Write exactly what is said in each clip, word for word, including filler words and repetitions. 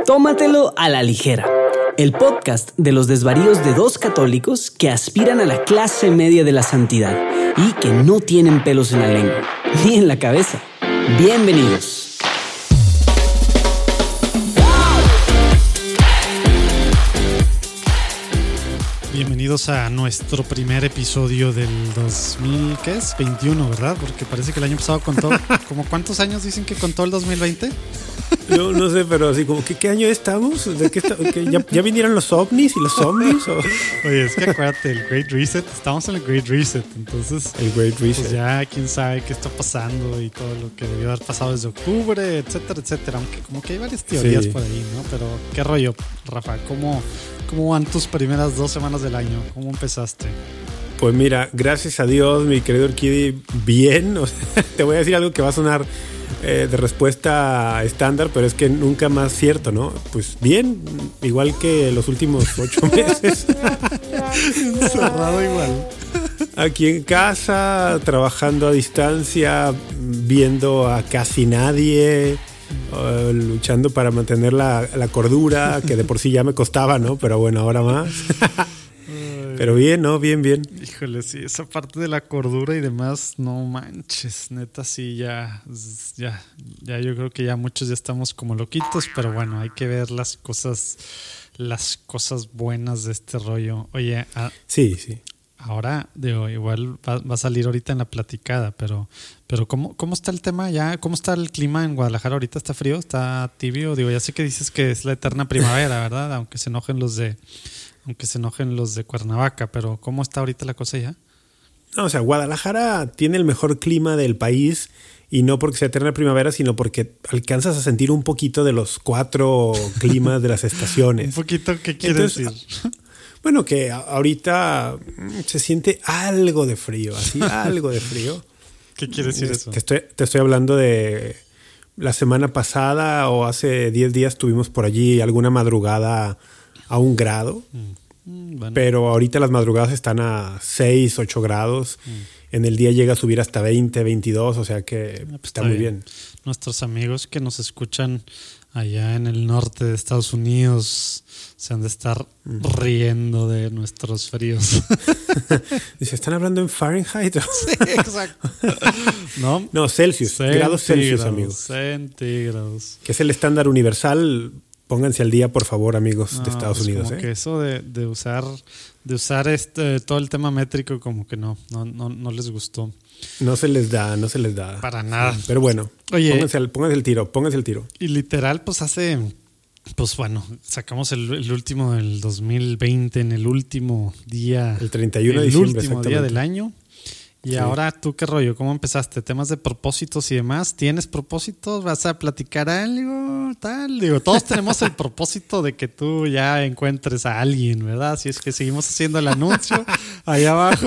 Tómatelo a la ligera, el podcast de los desvaríos de dos católicos que aspiran a la clase media de la santidad y que no tienen pelos en la lengua, ni en la cabeza. Bienvenidos. Bienvenidos a nuestro primer episodio del dos mil, ¿qué es? veintiuno, ¿verdad? Porque parece que el año pasado contó, ¿como cuántos años dicen que contó el dos mil veinte? Yo no sé, pero así como, ¿qué, qué año estamos? ¿De qué está, que ya, ¿Ya vinieron los ovnis y los zombies? ¿O? Oye, es que acuérdate, el Great Reset, estamos en el Great Reset, entonces el Great Reset. Pues ya quién sabe qué está pasando y todo lo que debió haber pasado desde octubre, etcétera, etcétera. Aunque como que hay varias teorías sí. por ahí, ¿no? Pero, ¿qué rollo, Rafa? ¿Cómo, cómo van tus primeras dos semanas del año? ¿Cómo empezaste? Pues mira, gracias a Dios, mi querido Orquídea, bien. O sea, te voy a decir algo que va a sonar eh, de respuesta estándar, pero es que nunca más cierto, ¿no? Pues bien, igual que los últimos ocho meses. Encerrado igual. Aquí en casa, trabajando a distancia, viendo a casi nadie, uh, luchando para mantener la, la cordura, que de por sí ya me costaba, ¿no? Pero bueno, ahora más. Pero bien, ¿no? Bien, bien. Híjole, sí, esa parte de la cordura y demás, no manches, neta, sí, ya, ya, ya yo creo que ya muchos ya estamos como loquitos, pero bueno, hay que ver las cosas, las cosas buenas de este rollo. Oye, a, sí, sí. Ahora, digo, igual va, va a salir ahorita en la platicada, pero, pero ¿cómo, cómo está el tema ya? ¿Cómo está el clima en Guadalajara ahorita? ¿Está frío? ¿Está tibio? Digo, ya sé que dices que es la eterna primavera, ¿verdad? Aunque se enojen los de... Aunque se enojen los de Cuernavaca, pero ¿cómo está ahorita la cosa ya? No, o sea, Guadalajara tiene el mejor clima del país y no porque sea eterna primavera, sino porque alcanzas a sentir un poquito de los cuatro climas de las estaciones. ¿Un poquito? ¿Qué quiere decir? Bueno, que ahorita se siente algo de frío, así, algo de frío. ¿Qué quiere decir eso? Te estoy, te estoy hablando de la semana pasada o hace diez días tuvimos por allí alguna madrugada a un grado, mm, bueno. Pero ahorita las madrugadas están a seis, ocho grados. Mm. En el día llega a subir hasta veinte, veintidós, o sea que ah, pues está, está muy bien. bien. Nuestros amigos que nos escuchan allá en el norte de Estados Unidos se han de estar mm. riendo de nuestros fríos. Dice, ¿están hablando en Fahrenheit? Sí, exacto. No, no Celsius, grados Celsius, amigos. Centígrados. Que es el estándar universal. Pónganse al día, por favor, amigos no, de Estados pues Unidos. Como ¿eh? que eso de, de usar, de usar este todo el tema métrico, como que no, no, no, no les gustó. No se les da, no se les da. Para nada. Pero bueno, oye, pónganse, al, pónganse el tiro, pónganse el tiro. Y literal, pues hace, pues bueno, sacamos el, el último del dos mil veinte, en el último día. El treinta y uno de diciembre, el último día del año. Y sí. Ahora, ¿tú qué rollo? ¿Cómo empezaste? ¿Temas de propósitos y demás? ¿Tienes propósitos? ¿Vas a platicar algo? Tal. Digo, todos tenemos el propósito de que tú ya encuentres a alguien, ¿verdad? Si es que seguimos haciendo el anuncio, ahí abajo,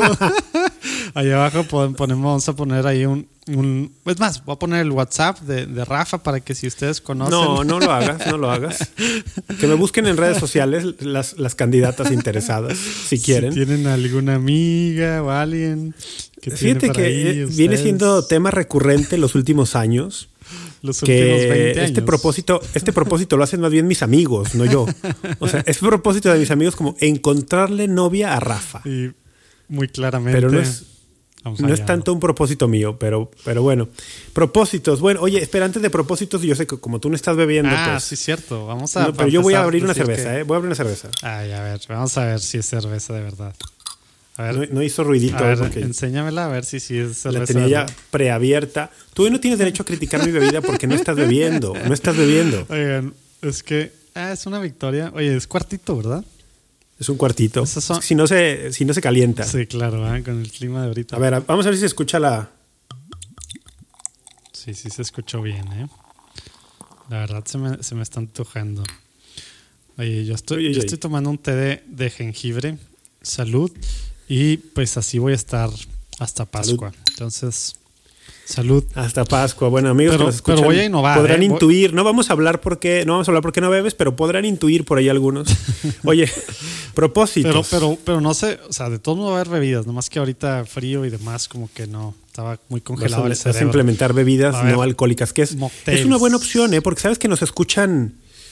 ahí abajo ponemos, vamos a poner ahí un, un... Es más, voy a poner el WhatsApp de, de Rafa para que si ustedes conocen... No, no lo hagas, no lo hagas. Que me busquen en redes sociales las, las candidatas interesadas, si quieren. Si tienen alguna amiga o alguien... Fíjate que ahí, viene siendo tema recurrente los últimos años. Los que últimos veinte años. Este propósito, este propósito lo hacen más bien mis amigos, no yo. O sea, es propósito de mis amigos como encontrarle novia a Rafa. Y muy claramente. Pero no es, no es tanto un propósito mío, pero, pero bueno. Propósitos. Bueno, oye, espera, antes de propósitos, yo sé que como tú no estás bebiendo. Ah, pues, sí, cierto. Vamos a. No, pero yo voy a abrir una cerveza, que... ¿eh? Voy a abrir una cerveza. Ay, a ver, vamos a ver si es cerveza de verdad. A ver, no, no hizo ruidito. A ver, porque enséñamela a ver si sí es cerveza. La tenía ya preabierta. Tú no tienes derecho a criticar mi bebida porque no estás bebiendo. No estás bebiendo. Oigan, es que ah, es una victoria. Oye, es cuartito, ¿verdad? Es un cuartito. Son... Si no se, si no se calienta. Sí, claro, ¿eh? Con el clima de ahorita. A ver, vamos a ver si se escucha la... Sí, sí se escuchó bien, ¿eh? La verdad se me, se me está antojando. Oye, yo estoy, oye, yo oye. estoy tomando un té de, de jengibre. Salud. Y pues así voy a estar hasta Pascua. Salud. Entonces, salud. Hasta Pascua. Bueno, amigos pero, que nos escuchan, pero voy a innovar, podrán ¿eh? intuir. No vamos a hablar porque no vamos a hablar porque no bebes, pero podrán intuir por ahí algunos. Oye, propósitos. Pero, pero, pero no sé, o sea, de todos modos va a haber bebidas, nomás que ahorita frío y demás, como que no, estaba muy congelado vas a, el cerebro. Vas a implementar bebidas no alcohólicas, que es, es una buena opción, ¿eh? Porque sabes que nos escuchan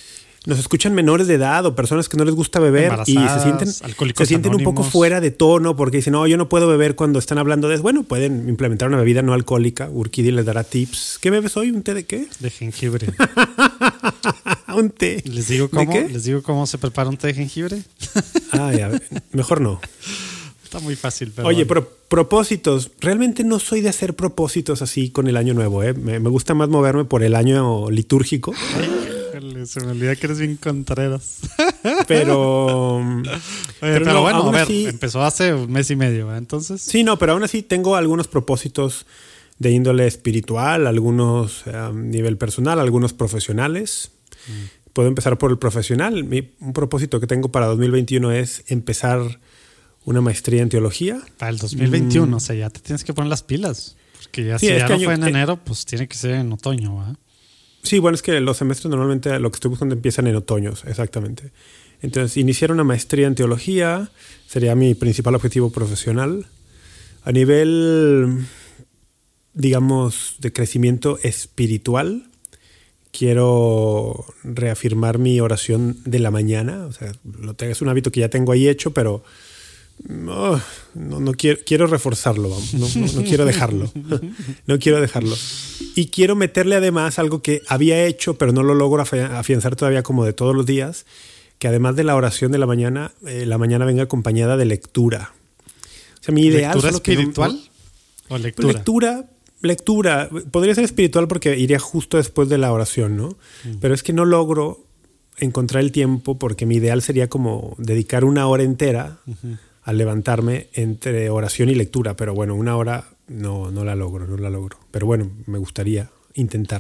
nos escuchan menores de edad o personas que no les gusta beber y se sienten, se sienten un poco fuera de tono porque dicen, no, yo no puedo beber cuando están hablando de eso. Bueno, pueden implementar una bebida no alcohólica. Urquidi les dará tips. ¿Qué bebes hoy? ¿Un té de qué? De jengibre. Un té. ¿Les digo cómo? ¿Les digo cómo se prepara un té de jengibre? Ay, a ver, mejor no. Está muy fácil. Pero Oye, bueno. pro- propósitos. Realmente no soy de hacer propósitos así con el año nuevo. ¿eh? Me, me gusta más moverme por el año litúrgico. Híjole, se me olvida que eres bien Contreras. Pero... Oye, pero, pero no, bueno, a ver, así, empezó hace un mes y medio, ¿eh? Entonces... Sí, no, pero aún así tengo algunos propósitos de índole espiritual, algunos a um, nivel personal, algunos profesionales. Mm. Puedo empezar por el profesional. Mi, un propósito que tengo para dos mil veintiuno es empezar una maestría en teología. Para el dos mil veintiuno, mm. o sea, ya te tienes que poner las pilas. Porque ya sí, si ya este no año, fue en eh, enero, pues tiene que ser en otoño, ¿verdad? Sí, bueno, es que los semestres normalmente lo que estoy buscando empiezan en otoños, exactamente. Entonces, iniciar una maestría en teología sería mi principal objetivo profesional. A nivel, digamos, de crecimiento espiritual, quiero reafirmar mi oración de la mañana. O sea, lo tengo, es un hábito que ya tengo ahí hecho, pero oh, no, no quiero, quiero reforzarlo, vamos. No, no, no quiero dejarlo. No quiero dejarlo. Y quiero meterle además algo que había hecho, pero no lo logro afianzar todavía como de todos los días, que además de la oración de la mañana, eh, la mañana venga acompañada de lectura. O sea, mi ideal... ¿Lectura espiritual no, o lectura? Lectura, lectura. Podría ser espiritual porque iría justo después de la oración, ¿no? Mm. Pero es que no logro encontrar el tiempo porque mi ideal sería como dedicar una hora entera uh-huh. a levantarme entre oración y lectura. Pero bueno, una hora no, no la logro, no la logro. Pero bueno, me gustaría intentar.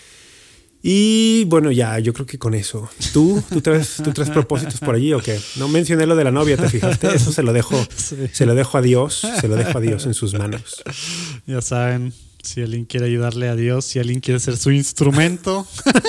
Y bueno, ya, yo creo que con eso. ¿Tú? ¿Tú traes, ¿tú traes propósitos por allí o qué? No mencioné lo de la novia, ¿te fijaste? Eso se lo dejo, sí. se lo dejo a Dios, se lo dejo a Dios en sus manos. Ya saben, si alguien quiere ayudarle a Dios, si alguien quiere ser su instrumento,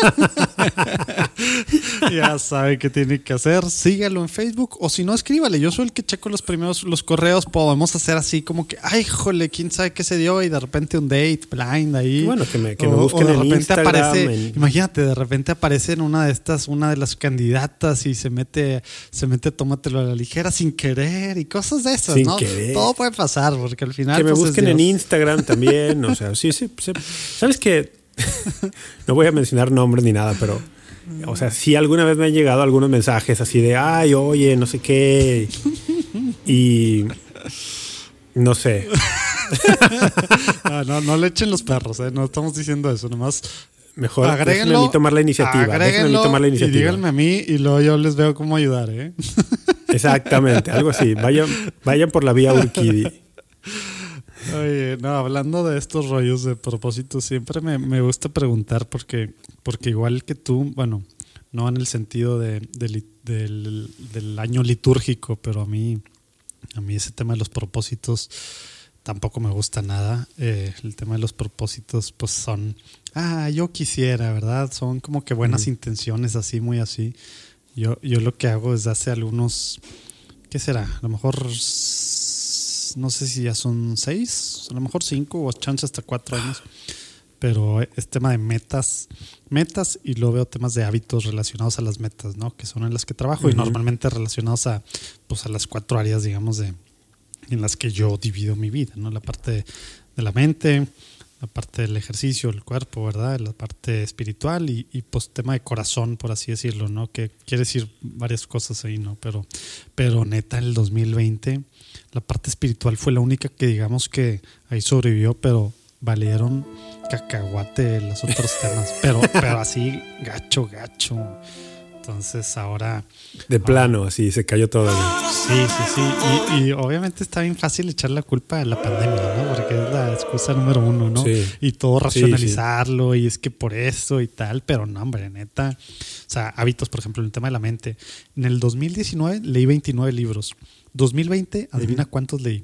ya sabe qué tiene que hacer. Sígalo en Facebook o si no, escríbale. Yo soy el que checo los primeros los correos. Podemos hacer así como que, ay, jole, quién sabe qué se dio y de repente un date blind ahí. Bueno, que me, que o, me busquen de en repente Instagram. Aparece, en... Imagínate, de repente aparece en una de estas, una de las candidatas y se mete, se mete, tómatelo a la ligera sin querer y cosas de esas, sin ¿no? Querer. Todo puede pasar porque al final. Que me pues, busquen en Instagram también. O sea, sí, sí, sí. ¿Sabes qué? No voy a mencionar nombres ni nada, pero o sea, sí alguna vez me han llegado algunos mensajes así de ay, oye, no sé qué. Y no sé. No, no, no le echen los perros, ¿eh? No estamos diciendo eso, nomás. Mejor déjenme a mí tomar la iniciativa. Déjenme a mí tomar la iniciativa. Y díganme a mí y luego yo les veo cómo ayudar, ¿eh? Exactamente, algo así. Vayan, vayan por la vía Urquidi. Oye, no, hablando de estos rollos de propósito, siempre me, me gusta preguntar porque, porque igual que tú, bueno, no en el sentido de, de, del, del año litúrgico, pero a mí, a mí ese tema de los propósitos tampoco me gusta nada. Eh, el tema de los propósitos pues son, ah, yo quisiera, ¿verdad? Son como que buenas uh-huh. intenciones, así, muy así. Yo, yo lo que hago desde hace algunos, ¿qué será? A lo mejor... no sé si ya son seis, a lo mejor cinco o chance hasta cuatro años, pero es tema de metas, metas y luego veo temas de hábitos relacionados a las metas, ¿no? Que son en las que trabajo uh-huh. y normalmente relacionados a, pues a las cuatro áreas, digamos, de en las que yo divido mi vida, ¿no? La parte de la mente, la parte del ejercicio, el cuerpo, ¿verdad? La parte espiritual y, y pues tema de corazón, por así decirlo, ¿no? Que quiere decir varias cosas ahí, ¿no? Pero, pero neta, en el dos mil veinte la parte espiritual fue la única que digamos que ahí sobrevivió, pero valieron cacahuate los otros temas. Pero, pero así, gacho, gacho. Entonces ahora... De ahora, plano, así, se cayó todo. Sí, sí, sí. Y, y obviamente está bien fácil echar la culpa a la pandemia, ¿no? Porque es la excusa número uno, ¿no? Sí. Y todo racionalizarlo, sí, sí. Y es que por eso y tal, pero no, hombre, neta. O sea, hábitos, por ejemplo, en el tema de la mente. En el dos mil diecinueve leí veintinueve libros. dos mil veinte, adivina uh-huh. cuántos leí.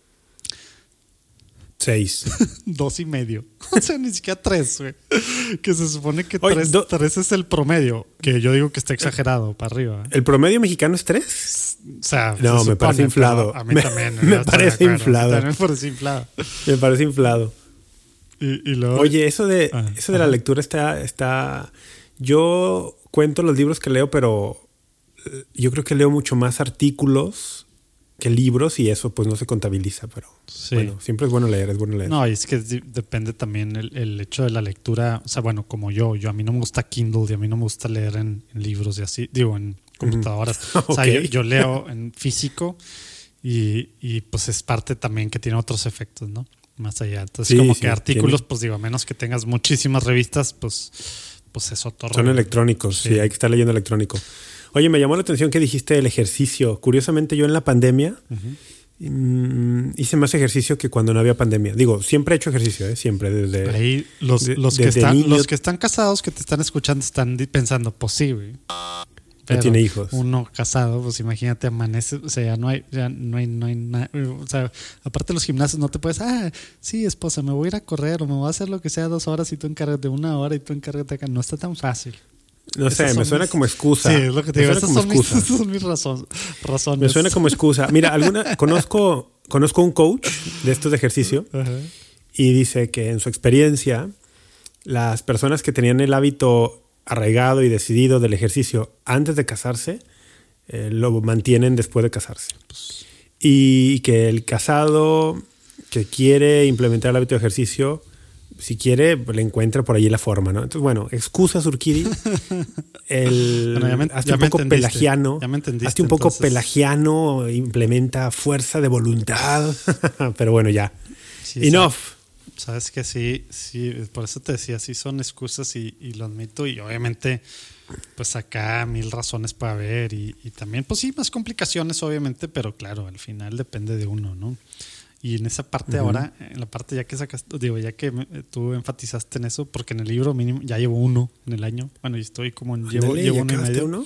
Seis. Dos y medio. O sea, ni siquiera tres, güey. Que se supone que Oye, tres, do... tres es el promedio. Que yo digo que está exagerado para arriba. ¿El promedio mexicano es tres? O sea, no, me supone, parece inflado. A mí me, también. Me parece inflado. También me parece inflado. Me parece inflado. Y, y luego... Oye, eso de, ah, eso de la lectura está, está... Yo cuento los libros que leo, pero yo creo que leo mucho más artículos que libros y eso pues no se contabiliza, pero sí. Bueno, siempre es bueno leer, es bueno leer. No, y es que depende también el, el hecho de la lectura, o sea, bueno, como yo, yo a mí no me gusta Kindle y a mí no me gusta leer en, en libros y así, digo, en computadoras. Mm. O sea, okay. yo, yo leo en físico y, y pues es parte también que tiene otros efectos, ¿no? Más allá. Entonces, sí, como sí, que artículos, tiene... pues digo, a menos que tengas muchísimas revistas, pues, pues es otro. Son rollo. Electrónicos, sí. sí, hay que estar leyendo electrónico. Oye, me llamó la atención que dijiste el ejercicio. Curiosamente, yo en la pandemia uh-huh. mmm, hice más ejercicio que cuando no había pandemia. Digo, siempre he hecho ejercicio, ¿eh? Siempre, desde... Ahí los, de, los, que están, los que están casados, que te están escuchando, están pensando, pues sí, güey. No tiene hijos. Uno casado, pues imagínate, amanece, o sea, ya no hay, ya no hay, no hay nada. O sea, aparte de los gimnasios, no te puedes, ah, sí, esposa, me voy a ir a correr o me voy a hacer lo que sea dos horas y tú encárgate de una hora y tú encárgate acá. No está tan fácil. No sé, me suena mis... como excusa. Sí, es lo que te digo. Esas son, mis, esas son mis razón, razones. Me suena como excusa. Mira, alguna conozco, conozco un coach de estos de ejercicio uh-huh. y dice que en su experiencia las personas que tenían el hábito arraigado y decidido del ejercicio antes de casarse eh, lo mantienen después de casarse. Pues... Y que el casado que quiere implementar el hábito de ejercicio, si quiere, le encuentra por allí la forma, ¿no? Entonces, bueno, excusas, Urquidi. El, bueno, ya me, hazte ya un poco pelagiano. Ya me entendiste. Hazte un poco entonces... pelagiano, implementa fuerza de voluntad. Pero bueno, ya. Sí, Enough. Sabes, sabes que sí, sí, por eso te decía, sí son excusas y, y lo admito. Y obviamente, pues acá mil razones para ver. Y, y también, pues sí, más complicaciones, obviamente, pero claro, al final depende de uno, ¿no? Y en esa parte uh-huh. ahora, en la parte ya que sacaste, digo, ya que me, tú enfatizaste en eso, porque en el libro mínimo ya llevo uno en el año. Bueno, y estoy como en, llevo, Dale, llevo uno y medio. Uno?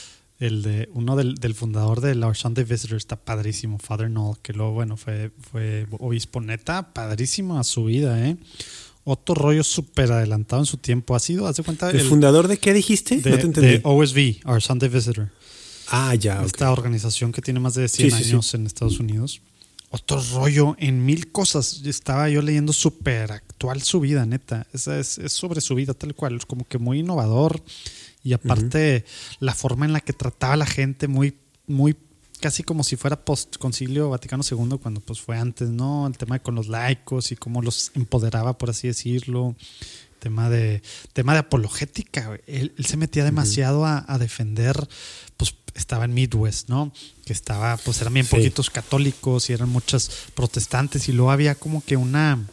El de uno del, del fundador de la Sunday Visitor está padrísimo, Father Noel, que luego, bueno, fue, fue obispo, neta, padrísimo a su vida, ¿eh? Otro rollo súper adelantado en su tiempo. Ha sido, ¿haz de cuenta? ¿El, ¿El fundador de qué dijiste? De, no te entendí. De O S V, Our Sunday Visitor. Ah, ya. Esta okay. organización que tiene más de cien sí, años sí, sí. en Estados Unidos. Otro rollo en mil cosas. Estaba yo leyendo súper actual su vida, neta. Esa es, es sobre su vida, tal cual. Es como que muy innovador. Y aparte, uh-huh. la forma en la que trataba a la gente, muy, muy casi como si fuera post-concilio Vaticano segundo, cuando pues fue antes, ¿no? El tema de con los laicos y cómo los empoderaba, por así decirlo. Tema de, tema de apologética. Él, él se metía demasiado uh-huh. a, a defender, pues estaba en Midwest, ¿no? Que estaba, pues eran bien sí. poquitos católicos y eran muchos protestantes y luego había como que una,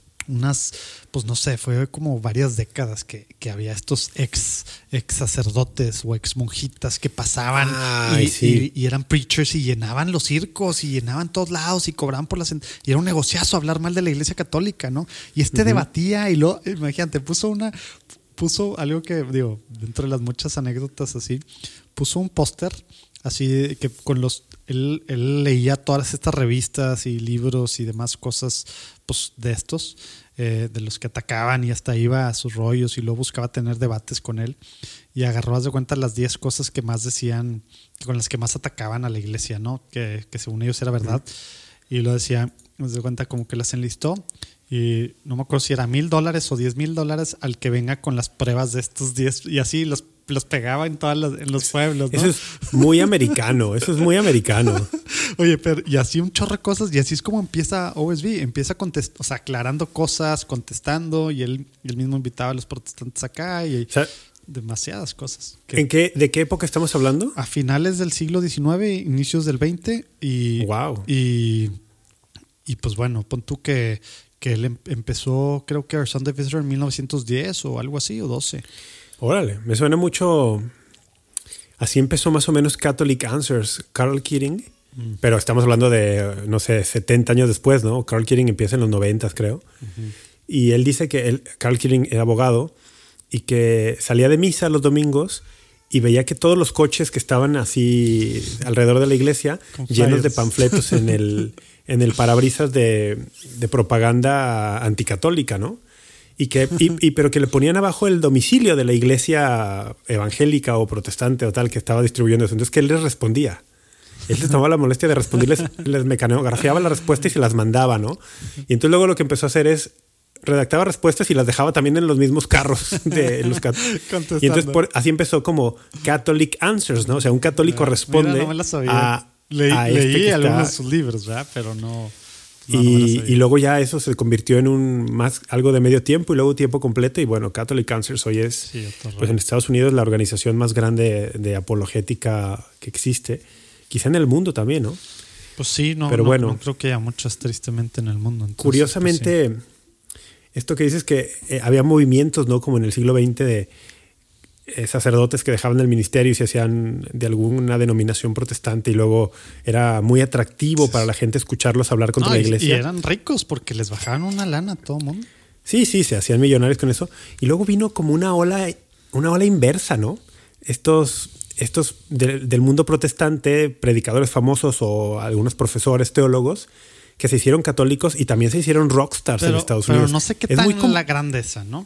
unas, pues no sé, fue como varias décadas que, que había estos ex, ex sacerdotes o ex monjitas que pasaban Ay, y, sí. y, y eran preachers y llenaban los circos y llenaban todos lados y cobraban por las... Y era un negociazo hablar mal de la iglesia católica, ¿no? Y este uh-huh. debatía y luego, imagínate, puso una... puso algo que, digo, dentro de las muchas anécdotas así, puso un póster así que con los, él, él leía todas estas revistas y libros y demás cosas, pues de estos, eh, de los que atacaban y hasta iba a sus rollos y luego buscaba tener debates con él y agarró, haz de cuenta, las diez cosas que más decían, con las que más atacaban a la iglesia, ¿no? Que, que según ellos era verdad. Uh-huh. Y lo decía, haz de cuenta, como que las enlistó. Y no me acuerdo si era mil dólares o diez mil dólares al que venga con las pruebas de estos diez. Y así los, los pegaba en todas las, en los pueblos, ¿no? Eso es muy americano. Eso es muy americano. Oye, pero y así un chorro de cosas. Y así es como empieza O S V. Empieza contest, o sea, aclarando cosas, contestando. Y él, él mismo invitaba a los protestantes acá. Y, o sea, demasiadas cosas. Que, ¿En qué, ¿De qué época estamos hablando? A finales del siglo diecinueve, inicios del veinte. Y, wow. Y, y pues bueno, pon tú que... que él empezó, creo que Our Sunday Visitor en mil novecientos diez o algo así, o doce. Órale, me suena mucho... Así empezó más o menos Catholic Answers, Carl Keating, mm. pero estamos hablando de, no sé, setenta años después, ¿no? Carl Keating empieza en los noventas, creo. Uh-huh. Y él dice que él, Carl Keating era abogado y que salía de misa los domingos y veía que todos los coches que estaban así alrededor de la iglesia, con llenos flyers de panfletos en el... en el parabrisas de, de propaganda anticatólica, ¿no? Y que, y, y, pero que le ponían abajo el domicilio de la iglesia evangélica o protestante o tal que estaba distribuyendo eso. Entonces que él les respondía. Él se tomaba la molestia de responderles, les mecanografiaba la respuesta y se las mandaba, ¿no? Y entonces luego lo que empezó a hacer es redactaba respuestas y las dejaba también en los mismos carros de los cat- y entonces por, así empezó como Catholic Answers, ¿no? O sea, un católico responde Mira, no me la sabía. a, leí a leí este que algunos está, de sus libros, ¿verdad? Pero no. no, y, no me la sabía. y luego ya eso se convirtió en un más algo de medio tiempo y luego tiempo completo. Y bueno, Catholic Answers hoy es, Sí, pues en Estados Unidos, la organización más grande de, de apologética que existe. Quizá en el mundo también, ¿no? Pues sí, no, Pero no, bueno, no creo que haya muchas tristemente en el mundo. Entonces, curiosamente, pues sí. esto que dices que eh, había movimientos, ¿no? Como en el siglo veinte de eh, sacerdotes que dejaban el ministerio y se hacían de alguna denominación protestante y luego era muy atractivo para la gente escucharlos hablar contra No, la y- iglesia. Y eran ricos porque les bajaban una lana a todo mundo. Sí, sí, se hacían millonarios con eso. Y luego vino como una ola, una ola inversa, ¿no? Estos, estos de- del mundo protestante, predicadores famosos o algunos profesores, teólogos, que se hicieron católicos y también se hicieron rockstars en Pero, Estados pero Unidos. no sé qué Es tan muy com- la grandeza, ¿no?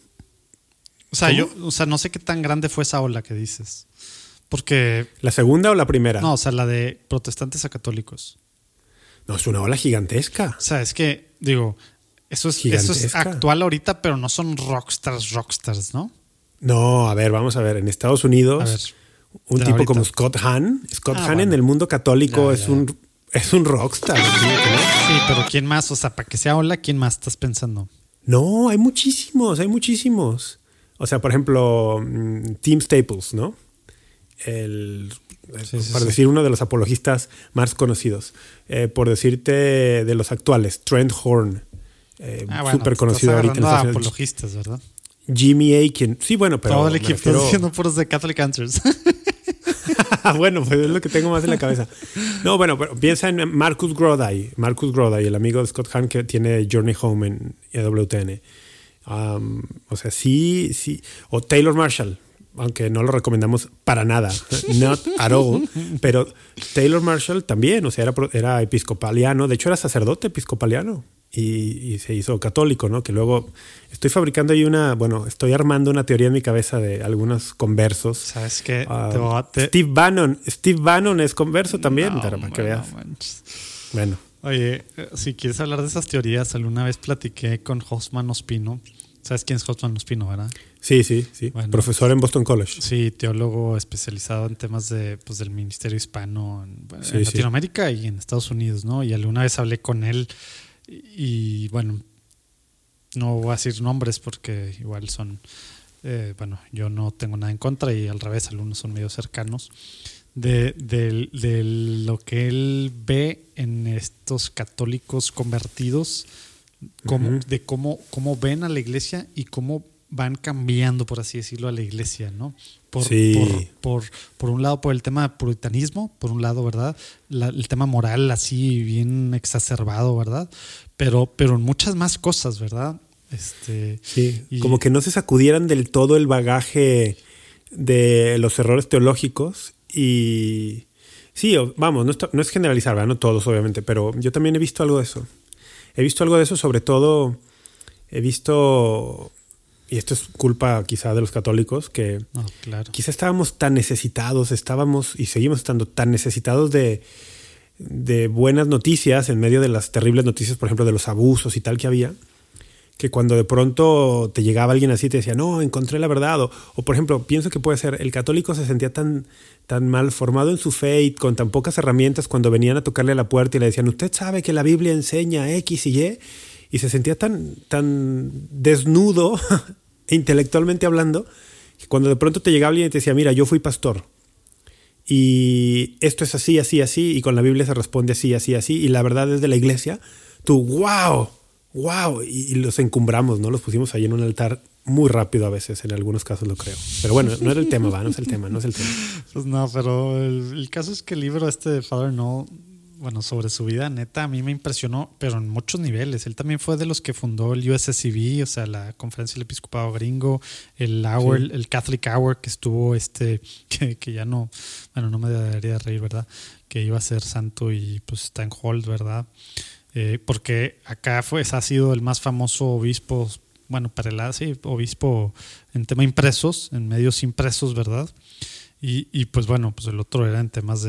O sea, ¿Cómo? yo, o sea, no sé qué tan grande fue esa ola que dices. Porque, ¿La segunda o la primera? no, o sea, la de protestantes a católicos. No, es una ola gigantesca. O sea, es que, digo, eso es, eso es Gigantesca. actual ahorita, pero no son rockstars, rockstars, ¿no? No, a ver, vamos a ver. En Estados Unidos, A ver, un de tipo ahorita. como Scott Hahn, Scott Ah, Hahn bueno. en el mundo católico Ya, es ya. un es un rockstar. ¿no? Sí, pero ¿quién más? O sea, para que sea ola, ¿quién más estás pensando? No, hay muchísimos, hay muchísimos. O sea, por ejemplo, mm, Tim Staples, ¿no? El, Sí, sí, para sí. decir uno de los apologistas más conocidos. Eh, por decirte de los actuales, Trent Horn, eh, Ah, bueno, súper te conocido estás ahorita en agarrando a Estados Unidos. apologistas, ¿verdad? Jimmy Akin. Sí, bueno, pero Todo el me equipo refiero- está diciendo puros de Catholic Answers. Bueno, pues es lo que tengo más en la cabeza. No, bueno, pero piensa en Marcus Grody, Marcus Grody, el amigo de Scott Hahn que tiene Journey Home en E W T N. Um, o sea, sí, sí. O Taylor Marshall, aunque no lo recomendamos para nada, not at all. Pero Taylor Marshall también, o sea, era, pro- era episcopaliano, de hecho era sacerdote episcopaliano. Y, y se hizo católico, ¿no? Que luego estoy fabricando ahí una, bueno, estoy armando una teoría en mi cabeza de algunos conversos. ¿Sabes qué? Ah, Te voy a- te- Steve Bannon, Steve Bannon es converso también, No, para que bueno, veas. manches. Bueno, Oye, eh, si quieres hablar de esas teorías, alguna vez platiqué con Hosman Ospino. ¿Sabes quién es Hosman Ospino, verdad? sí, sí, sí. Bueno. Profesor en Boston College. Sí, teólogo especializado en temas de, pues, del ministerio hispano en, bueno, Sí, en sí. Latinoamérica y en Estados Unidos, ¿no? Y alguna vez hablé con él y, y, bueno, no voy a decir nombres porque igual son, eh, bueno, yo no tengo nada en contra y al revés, algunos son medio cercanos. De, de, de lo que él ve en estos católicos convertidos, cómo, Ujú. de cómo, cómo ven a la iglesia y cómo van cambiando, por así decirlo, a la iglesia, ¿no? Por, Sí. por, por, por un lado, por el tema puritanismo, por un lado, ¿verdad? La- el tema moral así bien exacerbado, ¿verdad? Pero, pero en muchas más cosas, ¿verdad? Este, Sí, y- como que no se sacudieran del todo el bagaje de los errores teológicos y sí, o- vamos, no, está- no es generalizar, ¿verdad? No todos obviamente, pero yo también he visto algo de eso. He visto algo de eso, sobre todo he visto, y esto es culpa quizá de los católicos, que no, claro. quizá estábamos tan necesitados, estábamos y seguimos estando tan necesitados de, de buenas noticias en medio de las terribles noticias, por ejemplo, de los abusos y tal que había, que cuando de pronto te llegaba alguien así y te decía, no, encontré la verdad. O, o, por ejemplo, pienso que puede ser, el católico se sentía tan, tan mal formado en su fe y con tan pocas herramientas cuando venían a tocarle a la puerta y le decían, usted sabe que la Biblia enseña X y Y, y se sentía tan, tan desnudo, intelectualmente hablando, que cuando de pronto te llegaba alguien y te decía, mira, yo fui pastor. Y esto es así, así, así, y con la Biblia se responde así, así, así, y la verdad es de la iglesia, tú, wow, wow, y, y los encumbramos, ¿no? Los pusimos ahí en un altar muy rápido a veces, en algunos casos lo creo. Pero bueno, no era el tema, va, no es el tema, no es el tema. Pues no, pero el, el caso es que el libro este de Father No, bueno, sobre su vida, neta, a mí me impresionó, pero en muchos niveles. Él también fue de los que fundó el U S C B, o sea, la Conferencia del Episcopado Gringo, el Hour, Sí. el Catholic Hour, que estuvo este, que, que ya no, bueno, no me debería reír, ¿verdad? Que iba a ser santo y pues está en hold, ¿verdad? Eh, porque acá fue, ha sido el más famoso obispo, bueno, para el sí, obispo en tema impresos, en medios impresos, ¿verdad? Y, y pues bueno, pues el otro era en temas de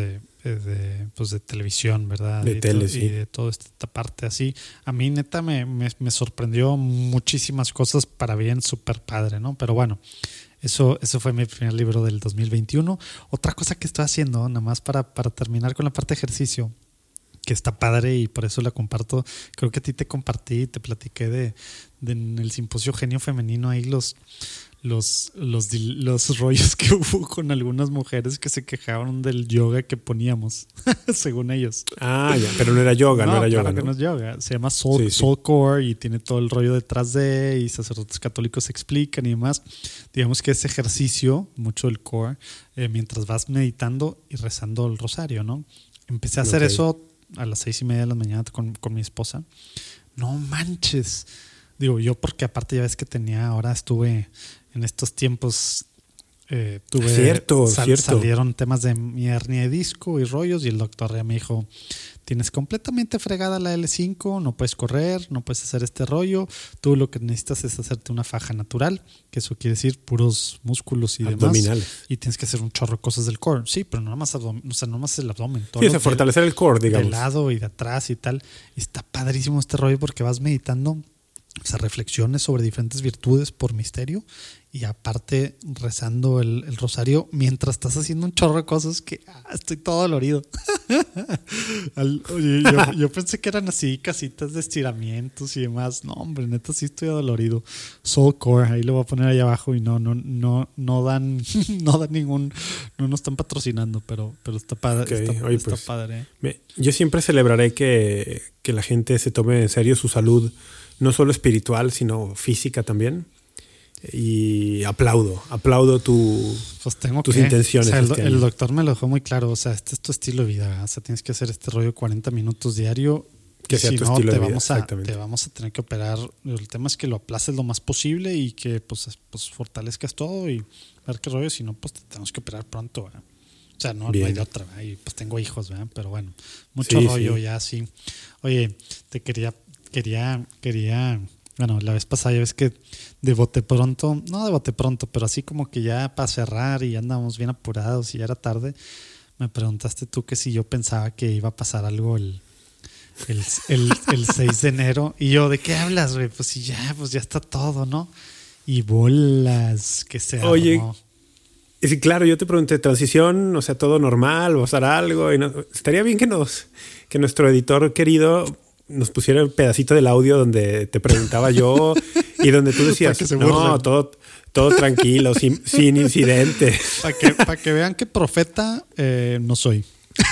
de, pues de televisión, ¿verdad? De y tele, to- sí. Y de toda esta parte así. A mí, neta, me, me, me sorprendió muchísimas cosas para bien, súper padre, ¿no? Pero bueno, eso, eso fue mi primer libro del dos mil veintiuno. Otra cosa que estoy haciendo, nada más para, para terminar con la parte de ejercicio, que está padre y por eso la comparto. Creo que a ti te compartí, te platiqué de, de en el simposio Genio Femenino ahí los... Los, los, los rollos que hubo con algunas mujeres que se quejaban del yoga que poníamos, según ellos. Ah, ya, pero no era yoga, no, no era yoga. Claro que ¿no? no es yoga. Se llama Soul, Sí, sí. Soul Core y tiene todo el rollo detrás de, y sacerdotes católicos explican y demás. Digamos que es ejercicio, mucho el core, eh, mientras vas meditando y rezando el rosario, ¿no? Empecé a hacer Ok. eso a las seis y media de la mañana con, con mi esposa. No manches. Digo, yo porque aparte ya ves que tenía, ahora estuve en estos tiempos, eh, tuve, Cierto, cierto. salieron temas de mi hernia de disco y rollos y el doctor ya me dijo, tienes completamente fregada la L cinco, no puedes correr, no puedes hacer este rollo, tú lo que necesitas es hacerte una faja natural, que eso quiere decir puros músculos y Abdominales. demás. Y tienes que hacer un chorro de cosas del core. Sí, pero no nada más, abdomen, o sea, no más el abdomen. Todo Sí, o lo sea, del- fortalecer el core, digamos. de lado y de atrás y tal. Y está padrísimo este rollo porque vas meditando, o sea, reflexiones sobre diferentes virtudes por misterio y aparte rezando el, el rosario mientras estás haciendo un chorro de cosas que ah, estoy todo dolorido. Al- oye, yo, yo pensé que eran así casitas de estiramientos y demás. No, hombre, neta sí estoy dolorido. Soul Core, ahí lo voy a poner ahí abajo y no, no, no, no dan, no dan ningún, no nos están patrocinando, pero, pero está padre, Ok, está, oye, está pues, padre. Me- yo siempre celebraré que, que la gente se tome en serio su salud, no solo espiritual, sino física también. Y aplaudo, aplaudo tu... Pues tengo tus que. intenciones O sea, el, este el año. doctor me lo dejó muy claro. O sea, este es tu estilo de vida. ¿verdad? O sea, tienes que hacer este rollo cuarenta minutos diario. Que y sea si tu no, estilo te de vida, vamos a, exactamente. te vamos a tener que operar. El tema es que lo aplaces lo más posible y que pues, pues fortalezcas todo y ver qué rollo. Si no, pues te tenemos que operar pronto. ¿verdad? O sea, no, no Bien. hay de otra. ¿verdad? Y pues tengo hijos, ¿verdad? Pero bueno, mucho Sí, rollo sí. ya así. Oye, te quería, quería, quería. Bueno, la vez pasada ya ves que de bote pronto, no de bote pronto, pero así como que ya para cerrar y ya andábamos bien apurados y ya era tarde, me preguntaste tú que si yo pensaba que iba a pasar algo el, el, el, el seis de enero. Y yo, ¿de qué hablas, güey? Pues sí, ya, pues ya está todo, ¿no? Y bolas que se Oye, armó. Y sí, claro, yo te pregunté, transición, o sea, todo normal, va a pasar algo. Y no- estaría bien que nos, que nuestro editor querido nos pusiera el pedacito del audio donde te preguntaba yo y donde tú decías, Para que se no, burlen". todo, todo tranquilo, sin, sin incidentes. Para que, pa' que vean que profeta eh, no soy.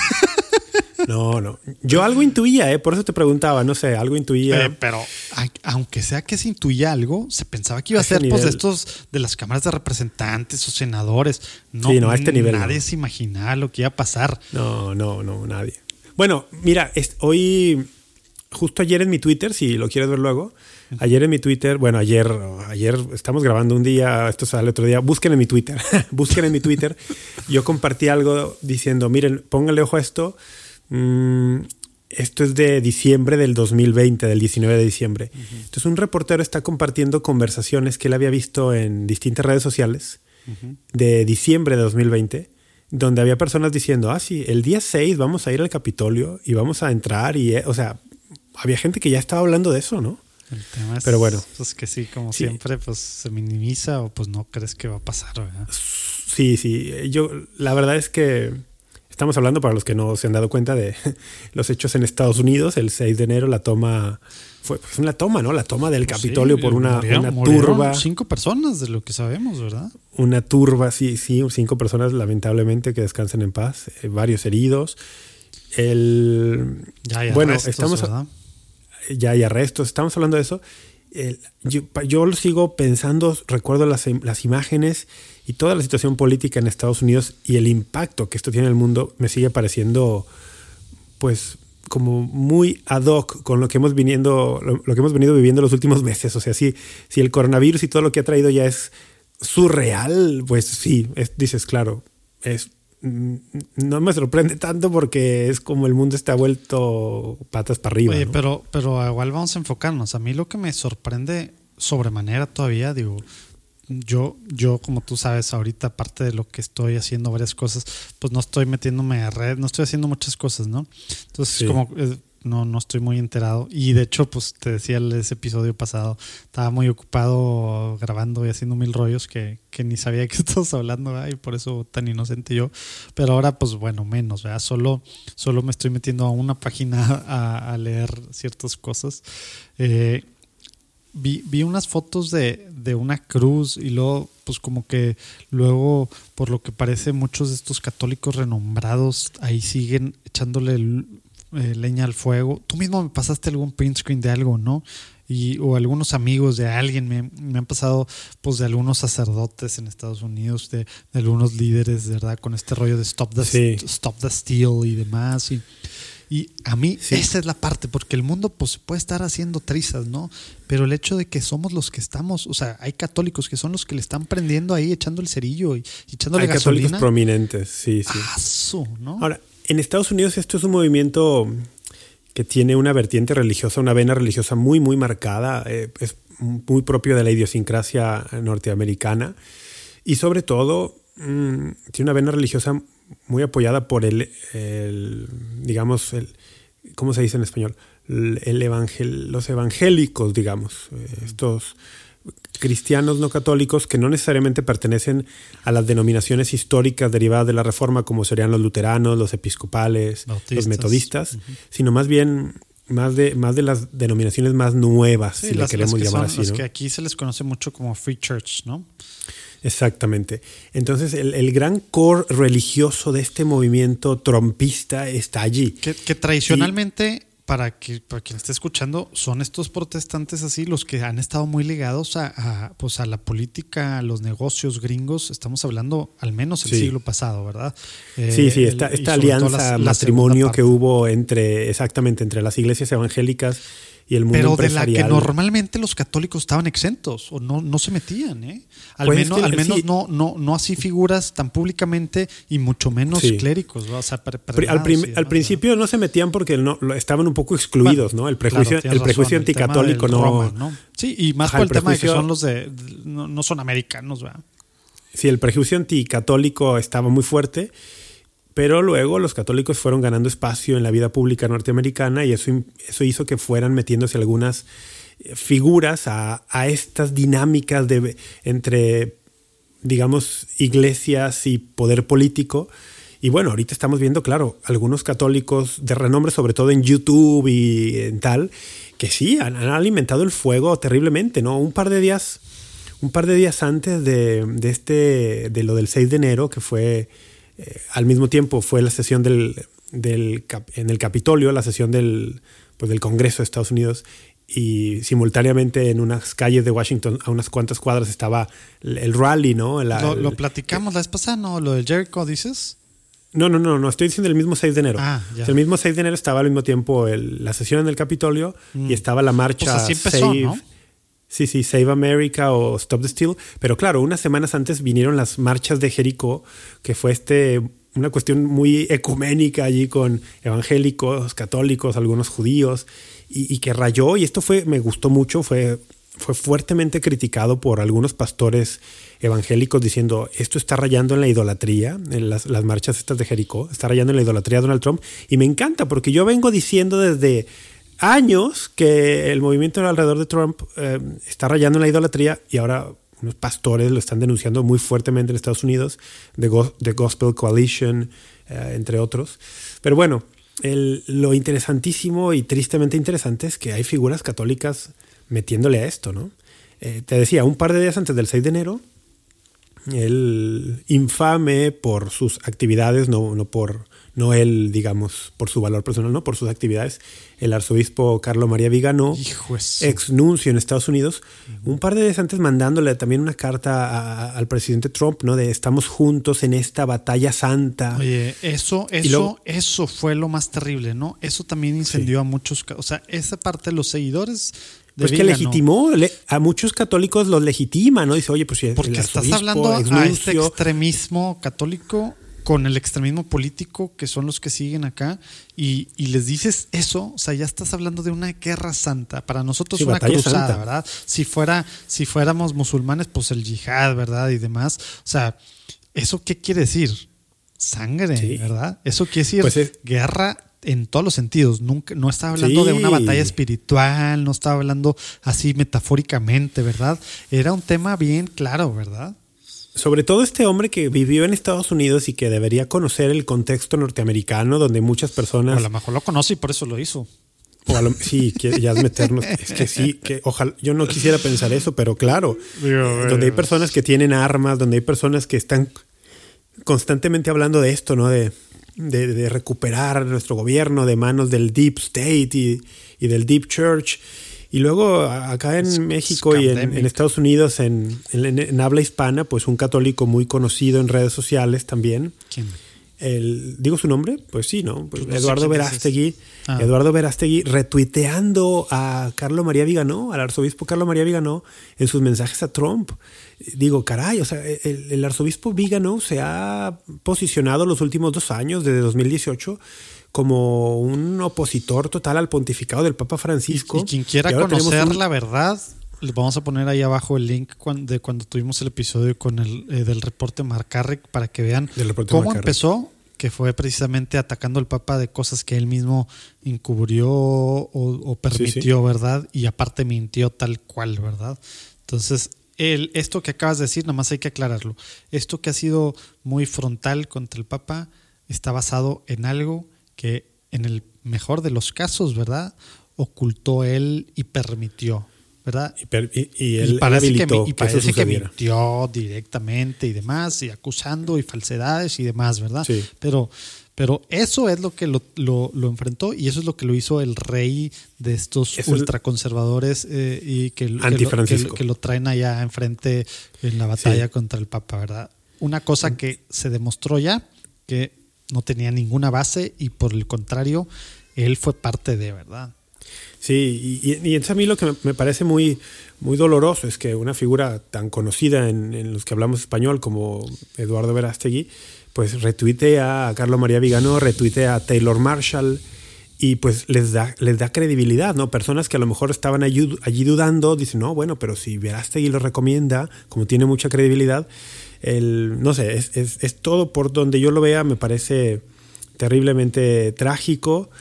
No, no. Yo algo intuía, ¿eh? Por eso te preguntaba, no sé, algo intuía. Eh, pero a- aunque sea que se intuía algo, se pensaba que iba a A ese ser pues, de nivel. estos de las cámaras de representantes o senadores. No, Sí, no, a este nivel nadie no. se imaginaba lo que iba a pasar. No, no, no, nadie. Bueno, mira, es- hoy, justo ayer en mi Twitter, si lo quieres ver luego, ayer en mi Twitter, bueno, ayer, ayer estamos grabando un día, esto sale otro día, busquen en mi Twitter, busquen en mi Twitter, yo compartí algo diciendo, miren, pónganle ojo a esto, mm, esto es de diciembre del dos mil veinte, del diecinueve de diciembre. Uh-huh. Entonces un reportero está compartiendo conversaciones que él había visto en distintas redes sociales uh-huh. de diciembre de dos mil veinte, donde había personas diciendo, ah, sí, el día seis vamos a ir al Capitolio y vamos a entrar y, eh, o sea, había gente que ya estaba hablando de eso, ¿no? El tema es, pero bueno, pues que sí, como sí. siempre, pues se minimiza o pues no crees que va a pasar, ¿verdad? Sí, sí. Yo, la verdad es que estamos hablando, para los que no se han dado cuenta, de los hechos en Estados Unidos. El seis de enero la toma, fue pues una toma, ¿no? La toma del pues Capitolio sí, por una, murieron, una murieron turba. Cinco personas de lo que sabemos, ¿verdad? Una turba, sí, sí, cinco personas lamentablemente que descansen en paz, eh, varios heridos. El, ya hay bueno, arrestos, estamos, ¿verdad? Ya hay arrestos, estamos hablando de eso. El, yo, yo lo sigo pensando, recuerdo las, las imágenes y toda la situación política en Estados Unidos y el impacto que esto tiene en el mundo me sigue pareciendo pues como muy ad hoc con lo que hemos viniendo, lo, lo que hemos venido viviendo los últimos meses. O sea, si, si el coronavirus y todo lo que ha traído ya es surreal, pues sí, es, dices, claro, es no me sorprende tanto porque es como el mundo está vuelto patas para arriba. Oye, ¿no? pero, pero igual vamos a enfocarnos. A mí lo que me sorprende sobremanera todavía, digo, yo, yo, como tú sabes, ahorita, aparte de lo que estoy haciendo varias cosas, pues no estoy metiéndome a red, no estoy haciendo muchas cosas, ¿no? Entonces, sí. como eh, no, no estoy muy enterado. Y de hecho, pues te decía en ese episodio pasado, estaba muy ocupado grabando y haciendo mil rollos que, que ni sabía que estabas hablando, ¿verdad? Y por eso tan inocente yo. Pero ahora, pues bueno, menos, ¿verdad? Solo, solo me estoy metiendo a una página a, a leer ciertas cosas. Eh, Vi, vi unas fotos de, de una cruz y luego, pues como que luego, por lo que parece, muchos de estos católicos renombrados ahí siguen echándole el, eh, leña al fuego. Tú mismo me pasaste algún print screen de algo, ¿no? Y, o algunos amigos de alguien me, me han pasado, pues, de algunos sacerdotes en Estados Unidos, de, de algunos líderes, ¿verdad? Con este rollo de Stop the, sí. Stop the Steal y demás. Y, Y a mí sí. esa es la parte, porque el mundo pues puede estar haciendo trizas, ¿no? Pero el hecho de que somos los que estamos, o sea, hay católicos que son los que le están prendiendo ahí, echando el cerillo y, y echándole hay gasolina. Hay católicos prominentes, sí, sí. Ah, su, ¿no? Ahora, en Estados Unidos esto es un movimiento que tiene una vertiente religiosa, una vena religiosa muy, muy marcada. Eh, es muy propio de la idiosincrasia norteamericana y sobre todo mmm, tiene una vena religiosa muy apoyada por el, el digamos, el, ¿cómo se dice en español? El, el evangel, los evangélicos, digamos, eh, estos cristianos no católicos que no necesariamente pertenecen a las denominaciones históricas derivadas de la Reforma, como serían los luteranos, los episcopales, Bautistas. Los metodistas, uh-huh. sino más bien más de, más de las denominaciones más nuevas, sí, si las, le queremos las que llamar son, así. Las ¿no? que aquí se les conoce mucho como Free Church, ¿no? Exactamente. Entonces, el, el gran core religioso de este movimiento trumpista está allí. Que, que tradicionalmente, y, para, que, para quien esté escuchando, son estos protestantes así los que han estado muy ligados a, a, pues a la política, a los negocios gringos. Estamos hablando al menos el sí. siglo pasado, ¿verdad? Eh, sí, sí, esta, esta alianza, la, matrimonio la que hubo entre, exactamente, entre las iglesias evangélicas y el mundo pero empresarial. De la que normalmente los católicos estaban exentos o no, no se metían, ¿eh? Al pues menos, es que, al menos sí. no, no, no así figuras tan públicamente y mucho menos sí. cléricos, ¿no? O sea, pre- al, prim- demás, al principio ¿no? no se metían porque no, estaban un poco excluidos, bueno, ¿no? El prejuicio, claro, el prejuicio razón, anticatólico el no, Roma, no. Sí, y más Ajá, por el, el tema prejuicio, de que son los de, no, no son americanos, ¿verdad? Sí, el prejuicio anticatólico estaba muy fuerte. Pero luego los católicos fueron ganando espacio en la vida pública norteamericana y eso, eso hizo que fueran metiéndose algunas figuras a, a estas dinámicas de, entre, digamos, iglesias y poder político. Y bueno, ahorita estamos viendo, claro, algunos católicos de renombre, sobre todo en YouTube y en tal, que sí, han, han alimentado el fuego terriblemente, ¿no? Un par de días, un par de días antes de, de, este, de lo del seis de enero, que fue... Eh, al mismo tiempo fue la sesión del, del en el Capitolio, la sesión del, pues del Congreso de Estados Unidos, y simultáneamente en unas calles de Washington, a unas cuantas cuadras, estaba el, el rally, ¿no? La, lo, el, lo platicamos la vez pasada, ¿no? Lo del Jericho, ¿dices? No, no, no, no, estoy diciendo el mismo seis de enero. Ah, ya. O sea, el mismo seis de enero estaba al mismo tiempo el, la sesión en el Capitolio mm. y estaba la marcha pues así empezó, Save, ¿no? Sí, sí, Save America o Stop the Steal. Pero claro, unas semanas antes vinieron las marchas de Jericó, que fue este una cuestión muy ecuménica allí con evangélicos, católicos, algunos judíos, y, y que rayó, y esto fue, me gustó mucho, fue, fue fuertemente criticado por algunos pastores evangélicos diciendo, esto está rayando en la idolatría, en las, las marchas estas de Jericó, está rayando en la idolatría de Donald Trump, y me encanta, porque yo vengo diciendo desde años que el movimiento alrededor de Trump eh, está rayando en la idolatría, y ahora unos pastores lo están denunciando muy fuertemente en Estados Unidos, The, Go- The Gospel Coalition, eh, entre otros. Pero bueno, el, lo interesantísimo y tristemente interesante es que hay figuras católicas metiéndole a esto, ¿no? Eh, te decía, un par de días antes del seis de enero, el infame por sus actividades, no, no por... no él, digamos, por su valor personal, no, por sus actividades, el arzobispo Carlo María Vigano, ex nuncio en Estados Unidos, uh-huh. un par de días antes mandándole también una carta a, al presidente Trump, ¿no? De estamos juntos en esta batalla santa. Oye, eso, eso, luego, eso fue lo más terrible, ¿no? Eso también incendió sí. a muchos, o sea, esa parte de los seguidores. De pues Vigano, que legitimó, le, a muchos católicos los legitima, ¿no? Dice, oye, pues si porque el estás hablando a este extremismo católico con el extremismo político, que son los que siguen acá, y, y les dices eso, o sea, ya estás hablando de una guerra santa. Para nosotros sí, una cruzada, santa. ¿Verdad? Si fuera, si fuéramos musulmanes, pues el yihad, ¿verdad? Y demás. O sea, ¿eso qué quiere decir? Sangre, sí. ¿Verdad? Eso quiere decir pues es, guerra en todos los sentidos. Nunca, no estaba hablando sí. de una batalla espiritual, no estaba hablando así metafóricamente, ¿verdad? Era un tema bien claro, ¿verdad? Sobre todo este hombre que vivió en Estados Unidos y que debería conocer el contexto norteamericano, donde muchas personas... O a lo mejor lo conoce y por eso lo hizo. O a lo, sí, que ya es meternos... Es que sí, que ojalá... Yo no quisiera pensar eso, pero claro. Dios, donde hay personas que tienen armas, donde hay personas que están constantemente hablando de esto, ¿no? De, de, de recuperar nuestro gobierno de manos del Deep State y, y del Deep Church... Y luego acá en es, México y en, en Estados Unidos, en, en, en habla hispana, pues un católico muy conocido en redes sociales también. ¿Quién? El, ¿Digo su nombre? Pues sí, ¿no? Pues no Eduardo Verástegui. Ah. Eduardo Verástegui retuiteando a Carlo María Viganó, al arzobispo Carlo María Viganó, en sus mensajes a Trump. Digo, caray, o sea, el, el arzobispo Viganó se ha posicionado los últimos dos años, desde dos mil dieciocho, como un opositor total al pontificado del Papa Francisco. Y, y quien quiera conocer un... la verdad, les vamos a poner ahí abajo el link cuando, de cuando tuvimos el episodio con el eh, del reporte McCarrick para que vean cómo McCarrick. empezó, que fue precisamente atacando al Papa de cosas que él mismo encubrió o, o permitió, sí, sí. ¿verdad? Y aparte mintió tal cual, ¿verdad? Entonces, el, esto que acabas de decir, nada más hay que aclararlo. Esto que ha sido muy frontal contra el Papa está basado en algo que en el mejor de los casos, ¿verdad? Ocultó él y permitió, ¿verdad? Y, per, y, y él y parece, habilitó que, y parece que mintió directamente y demás, y acusando y falsedades y demás, ¿verdad? Sí. Pero, pero eso es lo que lo, lo, lo enfrentó y eso es lo que lo hizo el rey de estos eso ultraconservadores eh, y que, que, lo, que, que lo traen allá enfrente en la batalla sí. contra el Papa, ¿verdad? Una cosa que se demostró ya que no tenía ninguna base y por el contrario, él fue parte de, ¿verdad? Sí, y, y es a mí lo que me, me parece muy, muy doloroso es que una figura tan conocida en, en los que hablamos español como Eduardo Verástegui, pues retuite a Carlo María Viganó, retuite a Taylor Marshall y pues les da, les da credibilidad, ¿no? Personas que a lo mejor estaban allí, allí dudando, dicen, no, bueno, pero si Verástegui lo recomienda, como tiene mucha credibilidad, el, no sé, es, es, es todo por donde yo lo vea, me parece terriblemente trágico.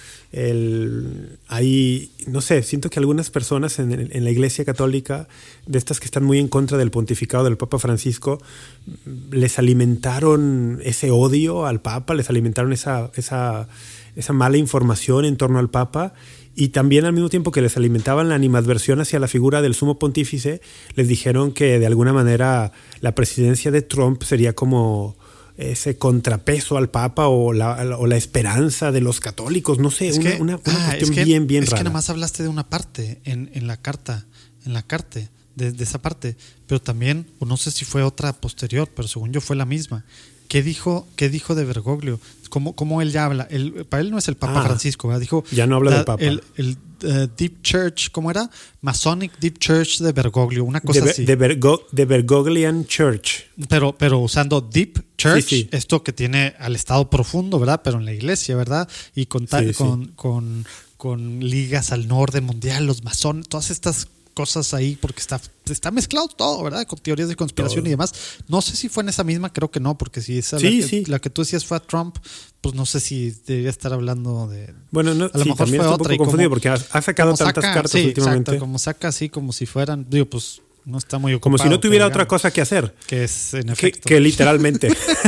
El, ahí, no sé, siento que algunas personas en, en la Iglesia Católica, de estas que están muy en contra del pontificado del Papa Francisco, les alimentaron ese odio al Papa, les alimentaron esa, esa, esa mala información en torno al Papa. Y también al mismo tiempo que les alimentaban la animadversión hacia la figura del sumo pontífice, les dijeron que de alguna manera la presidencia de Trump sería como ese contrapeso al Papa o la, o la esperanza de los católicos, no sé, es una, que, una, una ah, cuestión es que, bien, bien es rara. Es que nada más hablaste de una parte en, en la carta, en la carta, de, de esa parte, pero también, o no sé si fue otra posterior, pero según yo fue la misma. ¿Qué dijo, qué dijo de Bergoglio? ¿Cómo, cómo él ya habla? Él, para él no es el Papa ah, Francisco, ¿verdad? Dijo, ya no habla del Papa. El, el uh, Deep Church, ¿cómo era? Masonic Deep Church de Bergoglio, una cosa de, así. De, Bergo, de Bergoglian Church. Pero, pero usando Deep Church, sí, sí. esto que tiene al estado profundo, ¿verdad? Pero en la iglesia, ¿verdad? Y con, ta- sí, con, sí. con, con ligas al norte mundial, los masones, todas estas cosas ahí, porque está, está mezclado todo, ¿verdad? Con teorías de conspiración todo. Y demás. No sé si fue en esa misma, creo que no, porque si esa sí, la, que, sí. la que tú decías fue a Trump, pues no sé si debería estar hablando de... Bueno, no, a lo sí, mejor fue otra. Un poco confundido porque ha, ha sacado tantas saca, cartas sí, últimamente. Exacto, como saca así, como si fueran, digo, pues no está muy ocupado. Como si no tuviera otra cosa que hacer. Que es, en que, efecto. Que literalmente...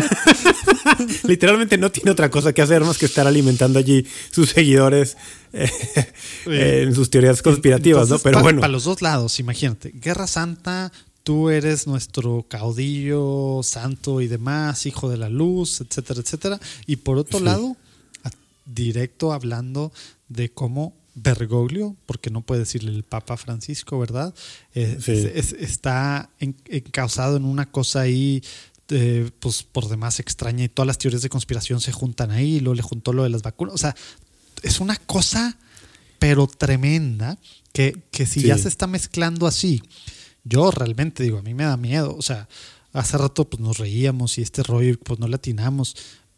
literalmente no tiene otra cosa que hacer más que estar alimentando allí sus seguidores eh, eh, en sus teorías conspirativas. Entonces, ¿no? Pero para, bueno. Para los dos lados, imagínate. Guerra Santa, tú eres nuestro caudillo santo y demás, hijo de la luz, etcétera, etcétera. Y por otro sí. lado, a, directo hablando de cómo Bergoglio, porque no puede decirle el Papa Francisco, ¿verdad? Eh, sí. es, es, está en, encausado en una cosa ahí... Eh, pues por demás extraña y todas las teorías de conspiración se juntan ahí y luego le juntó lo de las vacunas, o sea, es una cosa pero tremenda que, que si sí. ya se está mezclando así, yo realmente digo, a mí me da miedo, o sea, hace rato pues nos reíamos y este rollo pues no le atinamos,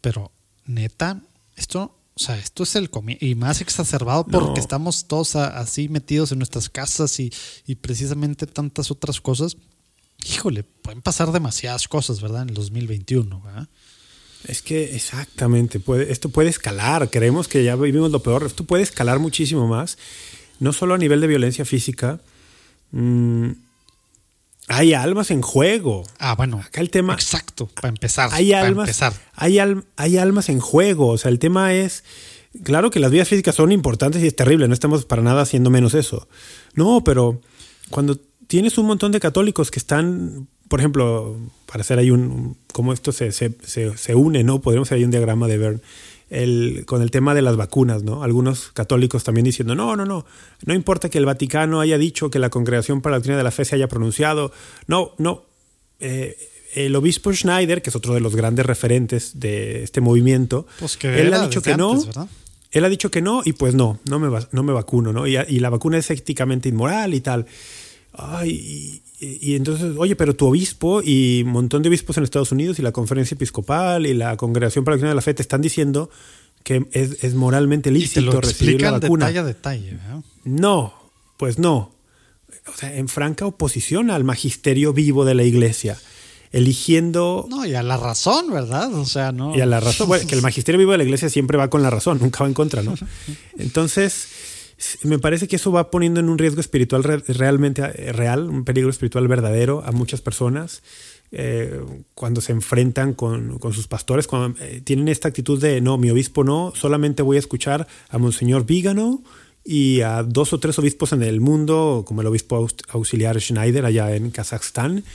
pero neta, esto, o sea, esto es el comienzo, y más exacerbado porque no. estamos todos a, así metidos en nuestras casas y, y precisamente tantas otras cosas. Híjole, pueden pasar demasiadas cosas, ¿verdad? En el dos mil veintiuno, ¿verdad? Es que exactamente, puede, esto puede escalar. Creemos que ya vivimos lo peor. Esto puede escalar muchísimo más. No solo a nivel de violencia física. Mmm, hay almas en juego. Ah, bueno. Acá el tema. Exacto, para empezar. Hay para almas, empezar. Hay, al, hay almas en juego. O sea, el tema es. Claro que las vidas físicas son importantes y es terrible. No estamos para nada haciendo menos eso. No, pero cuando tienes un montón de católicos que están. Por ejemplo, para hacer ahí un... cómo esto se, se, se, se une, ¿no? Podríamos hacer ahí un diagrama de Bern el, con el tema de las vacunas, ¿no? Algunos católicos también diciendo, no, no, no, no importa que el Vaticano haya dicho que la Congregación para la Doctrina de la Fe se haya pronunciado. No, no. Eh, el obispo Schneider, que es otro de los grandes referentes de este movimiento, pues que él ha dicho que no. Antes, ¿verdad? Él ha dicho que no y pues no, no me, no me vacuno, ¿no? Y, y la vacuna es éticamente inmoral y tal. Ay, y, y entonces, oye, pero tu obispo y un montón de obispos en Estados Unidos y la Conferencia Episcopal y la Congregación para la Doctrina de la Fe te están diciendo que es, es moralmente lícito recibir la vacuna. Detalle a detalle, ¿eh? No, pues no. O sea, en franca oposición al magisterio vivo de la Iglesia, eligiendo... No, y a la razón, ¿verdad? O sea, no... Y a la razón, bueno, que el magisterio vivo de la Iglesia siempre va con la razón, nunca va en contra, ¿no? Entonces... me parece que eso va poniendo en un riesgo espiritual re- realmente real, un peligro espiritual verdadero a muchas personas eh, cuando se enfrentan con, con sus pastores, cuando eh, tienen esta actitud de no, mi obispo no, solamente voy a escuchar a Monseñor Vígano y a dos o tres obispos en el mundo, como el obispo aus- auxiliar Schneider allá en Kazajstán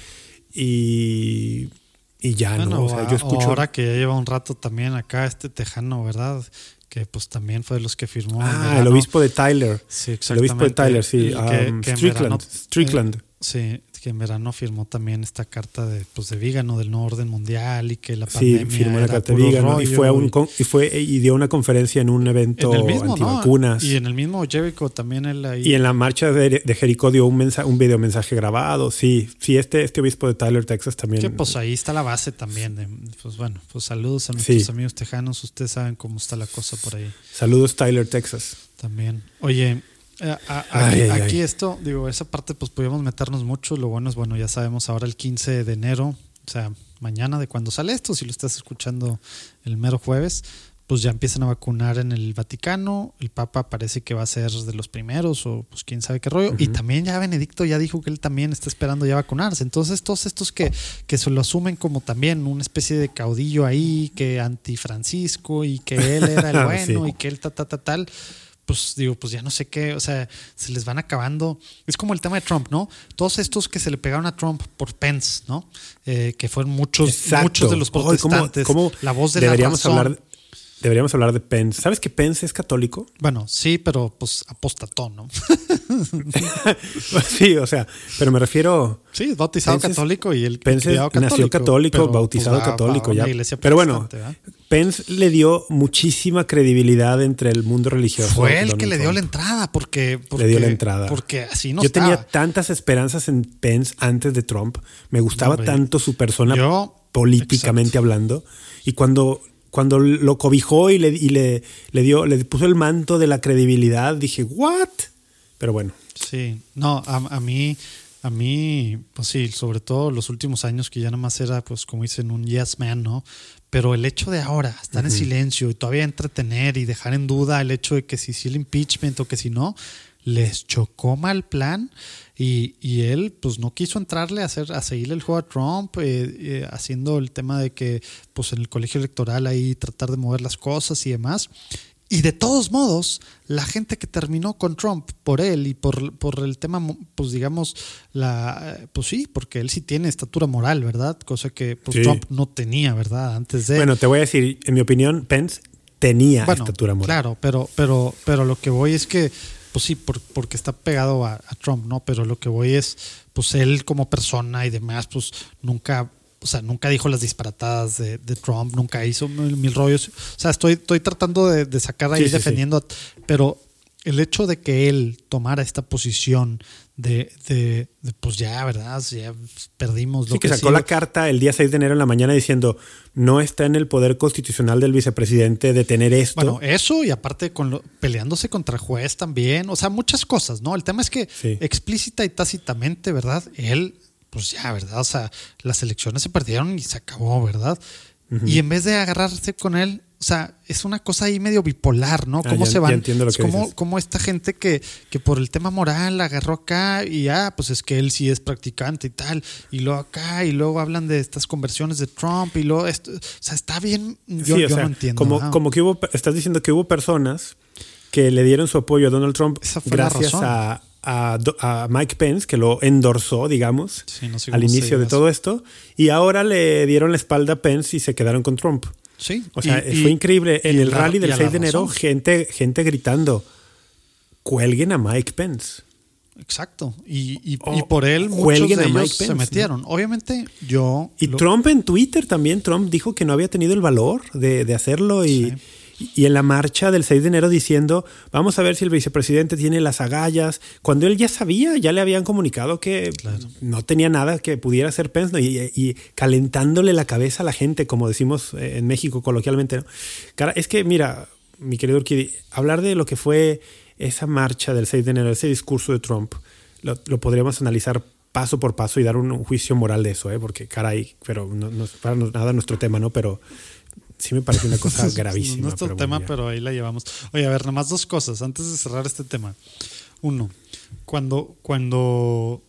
y... Y ya bueno, no, o sea, yo escucho... Ahora que ya lleva un rato también acá este tejano, ¿verdad? Que pues también fue de los que firmó. Ah, el obispo de Tyler. Sí, exactamente. El obispo de Tyler, sí. Que, um, que Strickland. Verano, Strickland. Eh, sí, que en verano firmó también esta carta de, pues, de Vígano, del nuevo orden mundial y que la pandemia. Sí, firmó la carta de Vígano y fue a un y fue y dio una conferencia en un evento en el mismo, antivacunas. ¿no? Y en el mismo Jericho también él ahí. Y en la marcha de, de Jericó dio un mensaje, un video mensaje grabado. Sí, sí, este, este obispo de Tyler, Texas también. Que pues ahí está la base también. De, pues bueno, pues saludos a nuestros sí. amigos tejanos. Ustedes saben cómo está la cosa por ahí. Saludos, Tyler, Texas. También. Oye. A, a, aquí, ay, ay, aquí ay. esto, digo, esa parte pues podríamos meternos mucho. Lo bueno es, bueno, ya sabemos ahora el quince de enero, o sea, mañana de cuando sale esto, si lo estás escuchando el mero jueves, pues ya empiezan a vacunar en el Vaticano. El Papa parece que va a ser de los primeros o pues quién sabe qué rollo. Uh-huh. Y también ya Benedicto ya dijo que él también está esperando ya vacunarse. Entonces todos estos que, que se lo asumen como también una especie de caudillo ahí, que anti-Francisco y que él era el bueno sí. y que él ta, ta, ta, tal... pues digo, pues ya no sé qué, o sea, se les van acabando. Es como el tema de Trump, ¿no? Todos estos que se le pegaron a Trump por Pence, ¿no? Eh, que fueron muchos, Exacto. muchos de los protestantes. ¿Cómo, cómo la voz de deberíamos la razón. hablar? Deberíamos hablar de Pence. ¿Sabes que Pence es católico? Bueno, sí, pero pues apostató, ¿no? Sí, o sea, pero me refiero... Sí, es bautizado Pence católico y él Pence católico, nació católico, pero, bautizado pues, va, católico. Va ya. Pero bueno, ¿eh? Pence le dio muchísima credibilidad entre el mundo religioso. Fue el que le dio Trump. la entrada porque, porque... Le dio la entrada. Porque así no Yo estaba. tenía tantas esperanzas en Pence antes de Trump. Me gustaba no, tanto su persona yo, políticamente exacto. hablando. Y cuando... Cuando lo cobijó y le, y le, le dio, le puso el manto de la credibilidad, dije, ¿what? Pero bueno. Sí, no, a, a mí, a mí, pues sí, sobre todo los últimos años que ya nada más era, pues como dicen, un yes man, ¿no? Pero el hecho de ahora estar uh-huh. en silencio y todavía entretener y dejar en duda el hecho de que si sí el impeachment o que si no, les chocó mal plan. Y, y él pues no quiso entrarle a hacer a seguirle el juego a Trump, eh, eh, haciendo el tema de que pues en el colegio electoral ahí tratar de mover las cosas y demás. Y de todos modos, la gente que terminó con Trump por él y por, por el tema, pues digamos, la pues sí, porque él sí tiene estatura moral, ¿verdad? Cosa que pues, sí. Trump no tenía, ¿verdad? Antes de... Bueno, te voy a decir, en mi opinión, Pence tenía bueno, estatura moral. Claro, pero, pero, pero lo que voy es que pues sí, por, porque está pegado a, a Trump, ¿no? Pero lo que voy es, pues él como persona y demás, pues nunca, o sea, nunca dijo las disparatadas de, de Trump, nunca hizo mil, mil rollos. O sea, estoy, estoy tratando de, de sacar ahí sí, sí, defendiendo, sí. pero el hecho de que él tomara esta posición de, de, de pues ya, ¿verdad? Ya perdimos lo sí, que, que sacó sí. la carta el día seis de enero en la mañana diciendo no está en el poder constitucional del vicepresidente detener esto. Bueno, eso y aparte con lo, peleándose contra el juez también, o sea, muchas cosas, ¿no? El tema es que sí. explícita y tácitamente, ¿verdad? Él, pues ya, ¿verdad? O sea, las elecciones se perdieron y se acabó, ¿verdad? Uh-huh. Y en vez de agarrarse con él, o sea, es una cosa ahí medio bipolar, ¿no? Cómo ah, ya, se van. Entiendo lo que como, dices. como esta gente que, que por el tema moral agarró acá y ah, pues es que él sí es practicante y tal. Y luego acá, y luego hablan de estas conversiones de Trump y luego esto. O sea, está bien. Yo, sí, yo sea, no entiendo. Como, ah. como que hubo, estás diciendo que hubo personas que le dieron su apoyo a Donald Trump gracias a, a, a Mike Pence, que lo endorsó, digamos, sí, no sé al inicio de eso. todo esto. Y ahora le dieron la espalda a Pence y se quedaron con Trump. Sí. O sea, y, fue y, increíble. En el la, rally del seis de enero, razón. gente, gente gritando, cuelguen a Mike Pence. Exacto. Y, y, oh, y por él muchos de ellos se metieron. ¿No? Obviamente yo... Y lo... Trump en Twitter también, Trump dijo que no había tenido el valor de, de hacerlo y... Sí. Y en la marcha del seis de enero diciendo, vamos a ver si el vicepresidente tiene las agallas, cuando él ya sabía, ya le habían comunicado que claro. no tenía nada que pudiera hacer Pence, ¿no? y, y calentándole la cabeza a la gente, como decimos en México coloquialmente, ¿no? Cara, es que mira, mi querido Urquidi, hablar de lo que fue esa marcha del seis de enero, ese discurso de Trump, lo, lo podríamos analizar paso por paso y dar un, un juicio moral de eso, ¿eh? Porque caray, pero no, no es para nada nuestro tema, ¿no? Pero sí me parece una cosa gravísima. No es nuestro pero tema, bueno, pero ahí la llevamos. Oye, a ver, nada más dos cosas antes de cerrar este tema. Uno, cuando, cuando...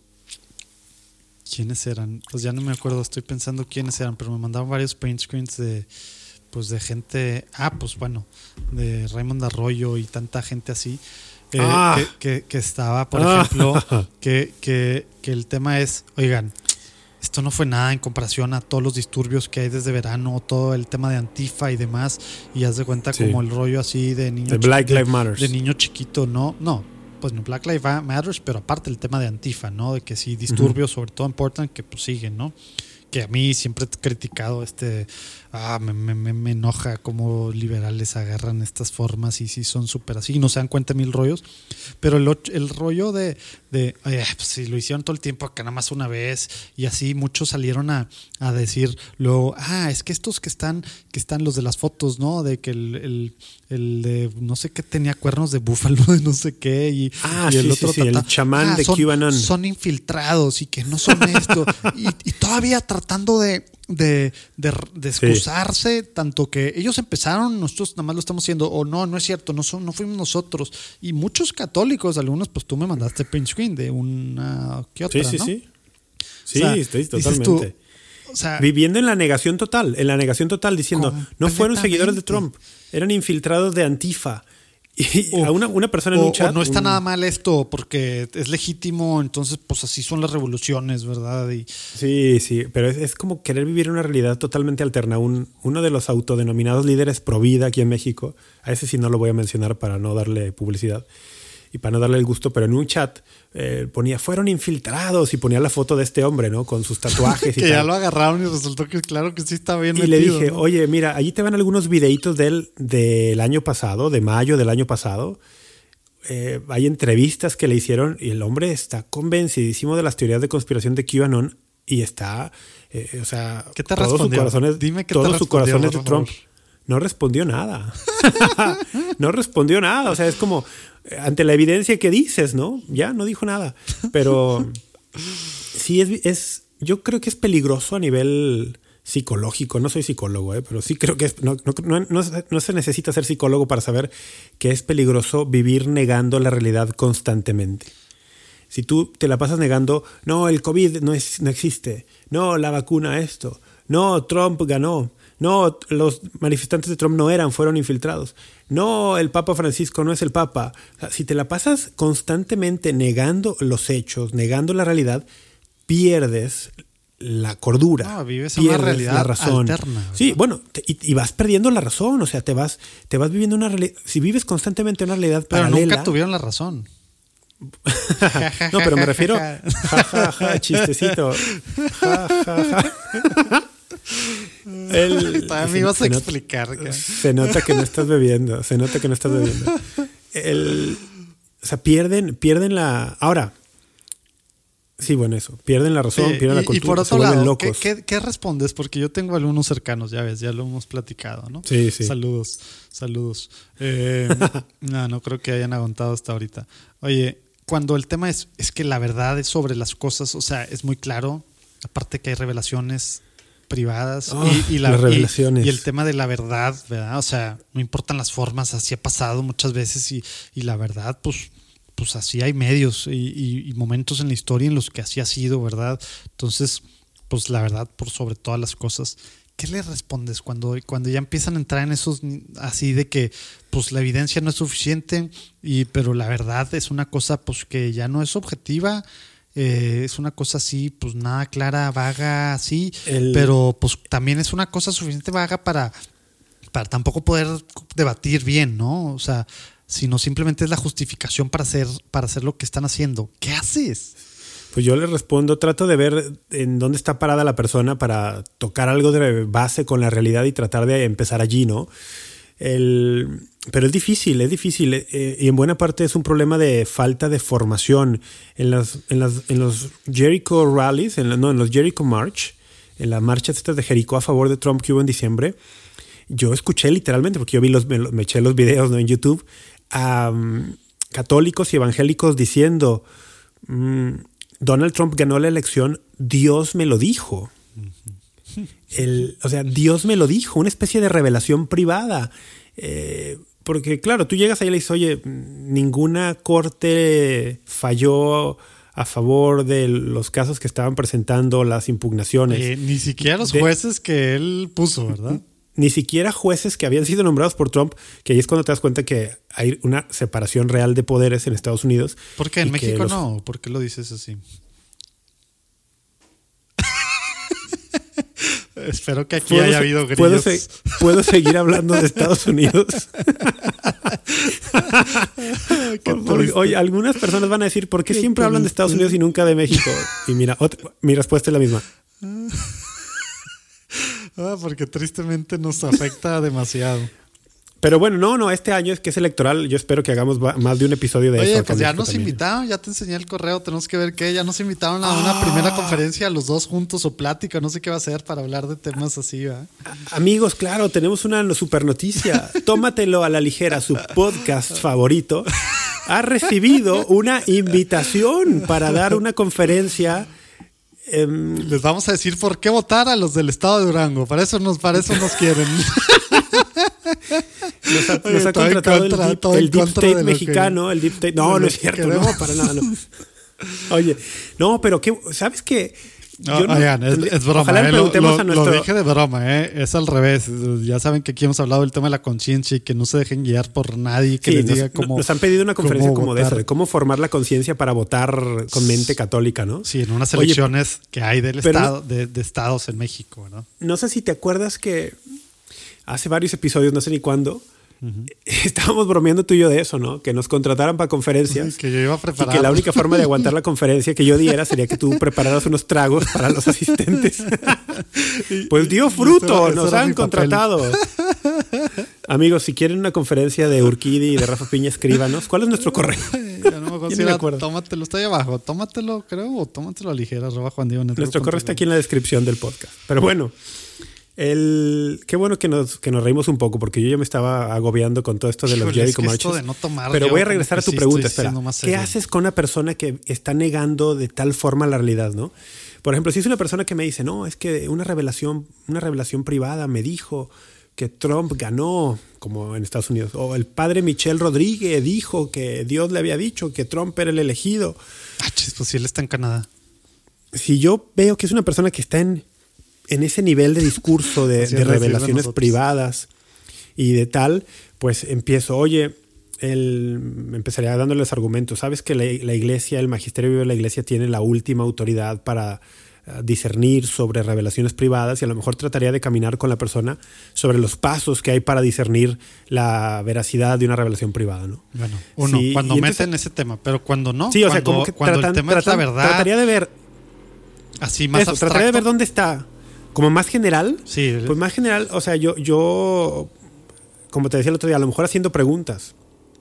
¿Quiénes eran? Pues ya no me acuerdo, estoy pensando quiénes eran, pero me mandaban varios print screens de, pues de gente... Ah, pues bueno, de Raymond Arroyo y tanta gente así. Eh, ah. que, que, que estaba, por ah. ejemplo, que, que, que el tema es, oigan, esto no fue nada en comparación a todos los disturbios que hay desde verano, todo el tema de Antifa y demás, y haz de cuenta sí. como el rollo así de niño, de Black Lives Matter, de niño chiquito, no, no, pues no Black Lives Matters, pero aparte el tema de Antifa, ¿no? De que sí disturbios, uh-huh. sobre todo en Portland, que pues siguen, ¿no? Que a mí siempre he criticado este, ah, me, me, me enoja cómo liberales agarran estas formas y sí son súper así, y no se dan cuenta de mil rollos, pero el, el rollo de, de oye, pues si lo hicieron todo el tiempo acá nada más una vez, y así muchos salieron a, a decir luego, ah, es que estos que están, que están los de las fotos, ¿no? De que el, el, el de no sé qué tenía cuernos de búfalo, de no sé qué, y, ah, y el sí, otro sí, sí, el chamán ah, de son, QAnon. Son infiltrados y que no son esto, y, y todavía tratando de de, de, de excusarse, sí. tanto que ellos empezaron, nosotros nada más lo estamos haciendo, o no, no es cierto, no, son, no fuimos nosotros, y muchos católicos, algunos, pues tú me mandaste print screen de una que otra, sí, sí, ¿no? sí, sí, o sea, estoy totalmente tú, o sea, viviendo en la negación total, en la negación total, diciendo, no fueron seguidores de Trump, eran infiltrados de Antifa. Y o, a una, una persona en o, un chat. O no está un... nada mal esto porque es legítimo, entonces pues así son las revoluciones, ¿verdad? Y... Sí, sí, pero es, es como querer vivir una realidad totalmente alterna. Un, uno de los autodenominados líderes pro vida aquí en México, a ese sí no lo voy a mencionar para no darle publicidad y para no darle el gusto, pero en un chat eh, ponía, fueron infiltrados y ponía la foto de este hombre, ¿no? Con sus tatuajes y que tal. ya lo agarraron y resultó que claro que sí está bien y metido. Y le dije, ¿no? oye, mira, allí te van algunos videitos de él del año pasado, de mayo del año pasado. Eh, hay entrevistas que le hicieron y el hombre está convencidísimo de las teorías de conspiración de QAnon y está, eh, o sea, ¿qué te todos sus corazones, Dime qué todos te sus corazones de Trump. No respondió nada. No respondió nada. O sea, es como ante la evidencia que dices, ¿no? Ya no dijo nada. Pero sí es, es yo creo que es peligroso a nivel psicológico. No soy psicólogo, ¿eh? Pero sí creo que es, no, no, no, no, no se necesita ser psicólogo para saber que es peligroso vivir negando la realidad constantemente. Si tú te la pasas negando, no, el COVID no, es, no existe, no, la vacuna esto, no, Trump ganó, no, los manifestantes de Trump no eran, fueron infiltrados, no, el Papa Francisco no es el Papa. O sea, si te la pasas constantemente negando los hechos, negando la realidad, pierdes la cordura, no, vives pierdes una realidad la razón. Alterna, ¿verdad? Sí, bueno, te, y, y vas perdiendo la razón, o sea, te vas, te vas viviendo una realidad. Si vives constantemente una realidad pero paralela. Nunca tuvieron la razón. No, pero me refiero. Ja, ja, ja, chistecito. Ja, ja, ja. El, También me ibas a explicar. Se nota que no estás bebiendo. Se nota que no estás bebiendo. El, o sea, pierden, pierden la... Ahora, sí, bueno, eso. Pierden la razón, sí, pierden y, la cultura, y por otro se vuelven lado, locos. ¿qué, qué, ¿qué respondes? Porque yo tengo alumnos cercanos, ya ves, ya lo hemos platicado, ¿no? Sí, sí. Saludos, saludos. Eh, no, no creo que hayan aguantado hasta ahorita. Oye, cuando el tema es, es que la verdad es sobre las cosas, o sea, es muy claro, aparte que hay revelaciones privadas oh, y, y, la, las revelaciones. Y, y el tema de la verdad, ¿verdad? O sea, no importan las formas, así ha pasado muchas veces y, y la verdad, pues... pues así hay medios y, y, y momentos en la historia en los que así ha sido, ¿verdad? Entonces, pues la verdad por sobre todas las cosas. ¿Qué le respondes cuando, cuando ya empiezan a entrar en esos así de que pues la evidencia no es suficiente, y, pero la verdad es una cosa pues que ya no es objetiva? Eh, es una cosa así, pues nada clara, vaga, así, El... pero pues también es una cosa suficiente vaga para, para tampoco poder debatir bien, ¿no? O sea, sino simplemente es la justificación para hacer, para hacer lo que están haciendo. ¿Qué haces? Pues yo le respondo, trato de ver en dónde está parada la persona para tocar algo de base con la realidad y tratar de empezar allí, ¿no? El, pero es difícil, es difícil eh, y en buena parte es un problema de falta de formación. En, las, en, las, en los Jericho Rallies, en la, no, en los Jericho March, en las marchas estas de Jericó a favor de Trump que hubo en diciembre, yo escuché literalmente, porque yo vi los, me, me eché los videos, ¿no?, en YouTube, a um, católicos y evangélicos diciendo mmm, Donald Trump ganó la elección, Dios me lo dijo. El, o sea, Dios me lo dijo, una especie de revelación privada. Eh, porque claro, tú llegas ahí y le dices, oye, ninguna corte falló a favor de los casos que estaban presentando las impugnaciones. Eh, ni siquiera los de, jueces que él puso, ¿verdad? Ni siquiera jueces que habían sido nombrados por Trump, que ahí es cuando te das cuenta que hay una separación real de poderes en Estados Unidos. ¿Por qué en México los... no? ¿Por qué lo dices así? Espero que aquí haya habido grillos. ¿Puedo, se- ¿Puedo seguir hablando de Estados Unidos? Porque, oye, algunas personas van a decir, ¿por qué siempre hablan de Estados Unidos y nunca de México? Y mira, otra, mi respuesta es la misma. Ah, porque tristemente nos afecta demasiado. Pero bueno, no, no, este año es que es electoral. Yo espero que hagamos más de un episodio de Oye, eso. Oye, pues ya nos también. invitaron, ya te enseñé el correo, tenemos que ver qué. Ya nos invitaron a una ah. primera conferencia, los dos juntos o plática, no sé qué va a ser para hablar de temas así, ¿verdad? Amigos, claro, tenemos una super noticia. Tómatelo a la ligera, su podcast favorito ha recibido una invitación para dar una conferencia. Um, Les vamos a decir por qué votar a los del estado de Durango. Para eso nos, para eso nos quieren. Nos ha, nos ha contratado contra, el, deep, el deep state mexicano, que... el deep state. No, no es cierto, queremos. no, para nada. No. Oye, no, pero qué, ¿sabes qué? No, no, oigan, es, es broma. Ojalá eh, le preguntemos lo, a nuestro... lo dije de broma, eh, es al revés. Ya saben que aquí hemos hablado del tema de la conciencia y que no se dejen guiar por nadie que sí, les nos, diga cómo. Nos han pedido una conferencia como votar. de eso, de cómo formar la conciencia para votar con mente católica, ¿no? Sí, en unas elecciones Oye, que hay del estado, de, de estados en México, ¿no? No sé si te acuerdas que hace varios episodios, no sé ni cuándo, uh-huh. estábamos bromeando tú y yo de eso, ¿no? Que nos contrataran para conferencias. Sí, que yo iba a preparar. Y que la única forma de aguantar la conferencia que yo diera sería que tú prepararas unos tragos para los asistentes. Pues dio fruto, eso, nos eso han contratado. Amigos, si quieren una conferencia de Urquidi y de Rafa Piña, escríbanos. ¿Cuál es nuestro correo? Ya no me, me acuerdo. Tómatelo, está ahí abajo. Tómatelo, creo, o tómatelo a ligera, arroba Juan Diego. Nuestro correo está aquí en la descripción del podcast. Pero bueno. El, qué bueno que nos, que nos reímos un poco, porque yo ya me estaba agobiando con todo esto de los Híjole, Jericho Marches. Es que no tomar, pero voy a regresar a tu sí pregunta. Espera, ¿qué serio? haces con una persona que está negando de tal forma la realidad, no? Por ejemplo, si es una persona que me dice, no, es que una revelación, una revelación privada me dijo que Trump ganó, como en Estados Unidos, o el padre Michel Rodríguez dijo que Dios le había dicho que Trump era el elegido. Ah, chis, pues si él está en Canadá. Si yo veo que es una persona que está en en ese nivel de discurso de, de revelaciones privadas y de tal, pues empiezo, oye, el, empezaría dándoles argumentos. Sabes que la, la iglesia, el magisterio de la iglesia tiene la última autoridad para uh, discernir sobre revelaciones privadas, y a lo mejor trataría de caminar con la persona sobre los pasos que hay para discernir la veracidad de una revelación privada, ¿no? Bueno, uno, sí, cuando meten entonces, ese tema, pero cuando no, sí, o cuando, sea, como que cuando tratan, el tema tratan, es la verdad. Trataría de ver así más eso, abstracto. Trataría de ver dónde está. Como más general, sí. Pues más general, o sea, yo, yo, como te decía el otro día, a lo mejor haciendo preguntas.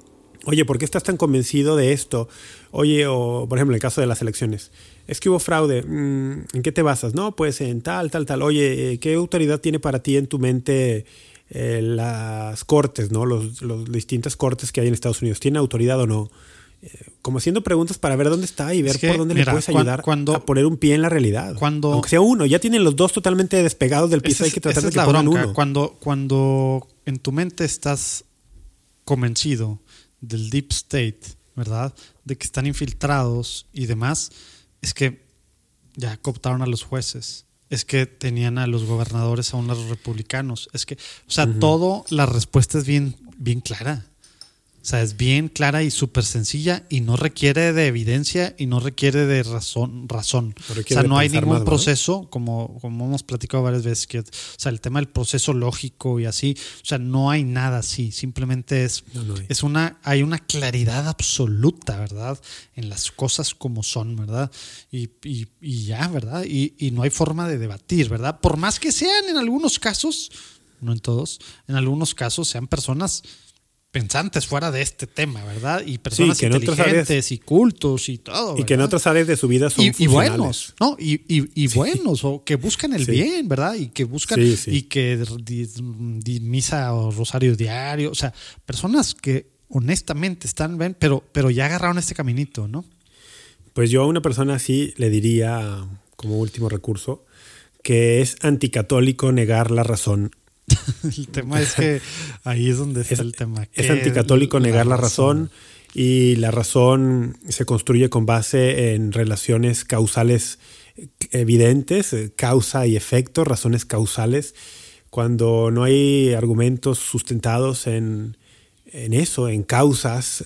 Oye, ¿por qué estás tan convencido de esto? Oye, o por ejemplo, en el caso de las elecciones, es que hubo fraude. ¿En qué te basas? No, pues en tal, tal, tal. Oye, ¿qué autoridad tiene para ti en tu mente eh, las cortes, ¿no? Los, los distintas cortes que hay en Estados Unidos? ¿Tiene autoridad o no? Eh, como haciendo preguntas para ver dónde está y ver que, por dónde mira, le puedes ayudar cuando, a poner un pie en la realidad. Cuando, Aunque sea uno, ya tienen los dos totalmente despegados del piso, hay que tratar de que pongan uno. Cuando, cuando en tu mente estás convencido del deep state, ¿verdad? De que están infiltrados y demás, es que ya cooptaron a los jueces, es que tenían a los gobernadores a unos republicanos, es que, o sea, uh-huh. todo, la respuesta es bien, bien clara. O sea, es bien clara y súper sencilla y no requiere de evidencia y no requiere de razón. razón. O sea, no hay ningún más, proceso, como, como hemos platicado varias veces, que, o sea, el tema del proceso lógico y así, o sea, no hay nada así. Simplemente es, no, no hay. es una, hay una claridad absoluta, ¿verdad? En las cosas como son, ¿verdad? Y, y, y ya, ¿verdad? Y, y no hay forma de debatir, ¿verdad? Por más que sean en algunos casos, no en todos, en algunos casos sean personas pensantes fuera de este tema, ¿verdad? Y personas sí, inteligentes áreas, y cultos y todo, ¿verdad? Y que en otras áreas de su vida son y, y buenos, ¿no? Y, y, y sí. buenos, o que buscan el sí. bien, ¿verdad? Y que buscan, sí, sí. y que di, di, misa o rosario diario, o sea, personas que honestamente están bien, pero, pero ya agarraron este caminito, ¿no? Pues yo a una persona así le diría, como último recurso, que es anticatólico negar la razón. El tema es que ahí es donde está es, el tema. Es anticatólico negar la razón, y la razón se construye con base en relaciones causales evidentes, causa y efecto, razones causales. Cuando no hay argumentos sustentados en, en eso, en causas,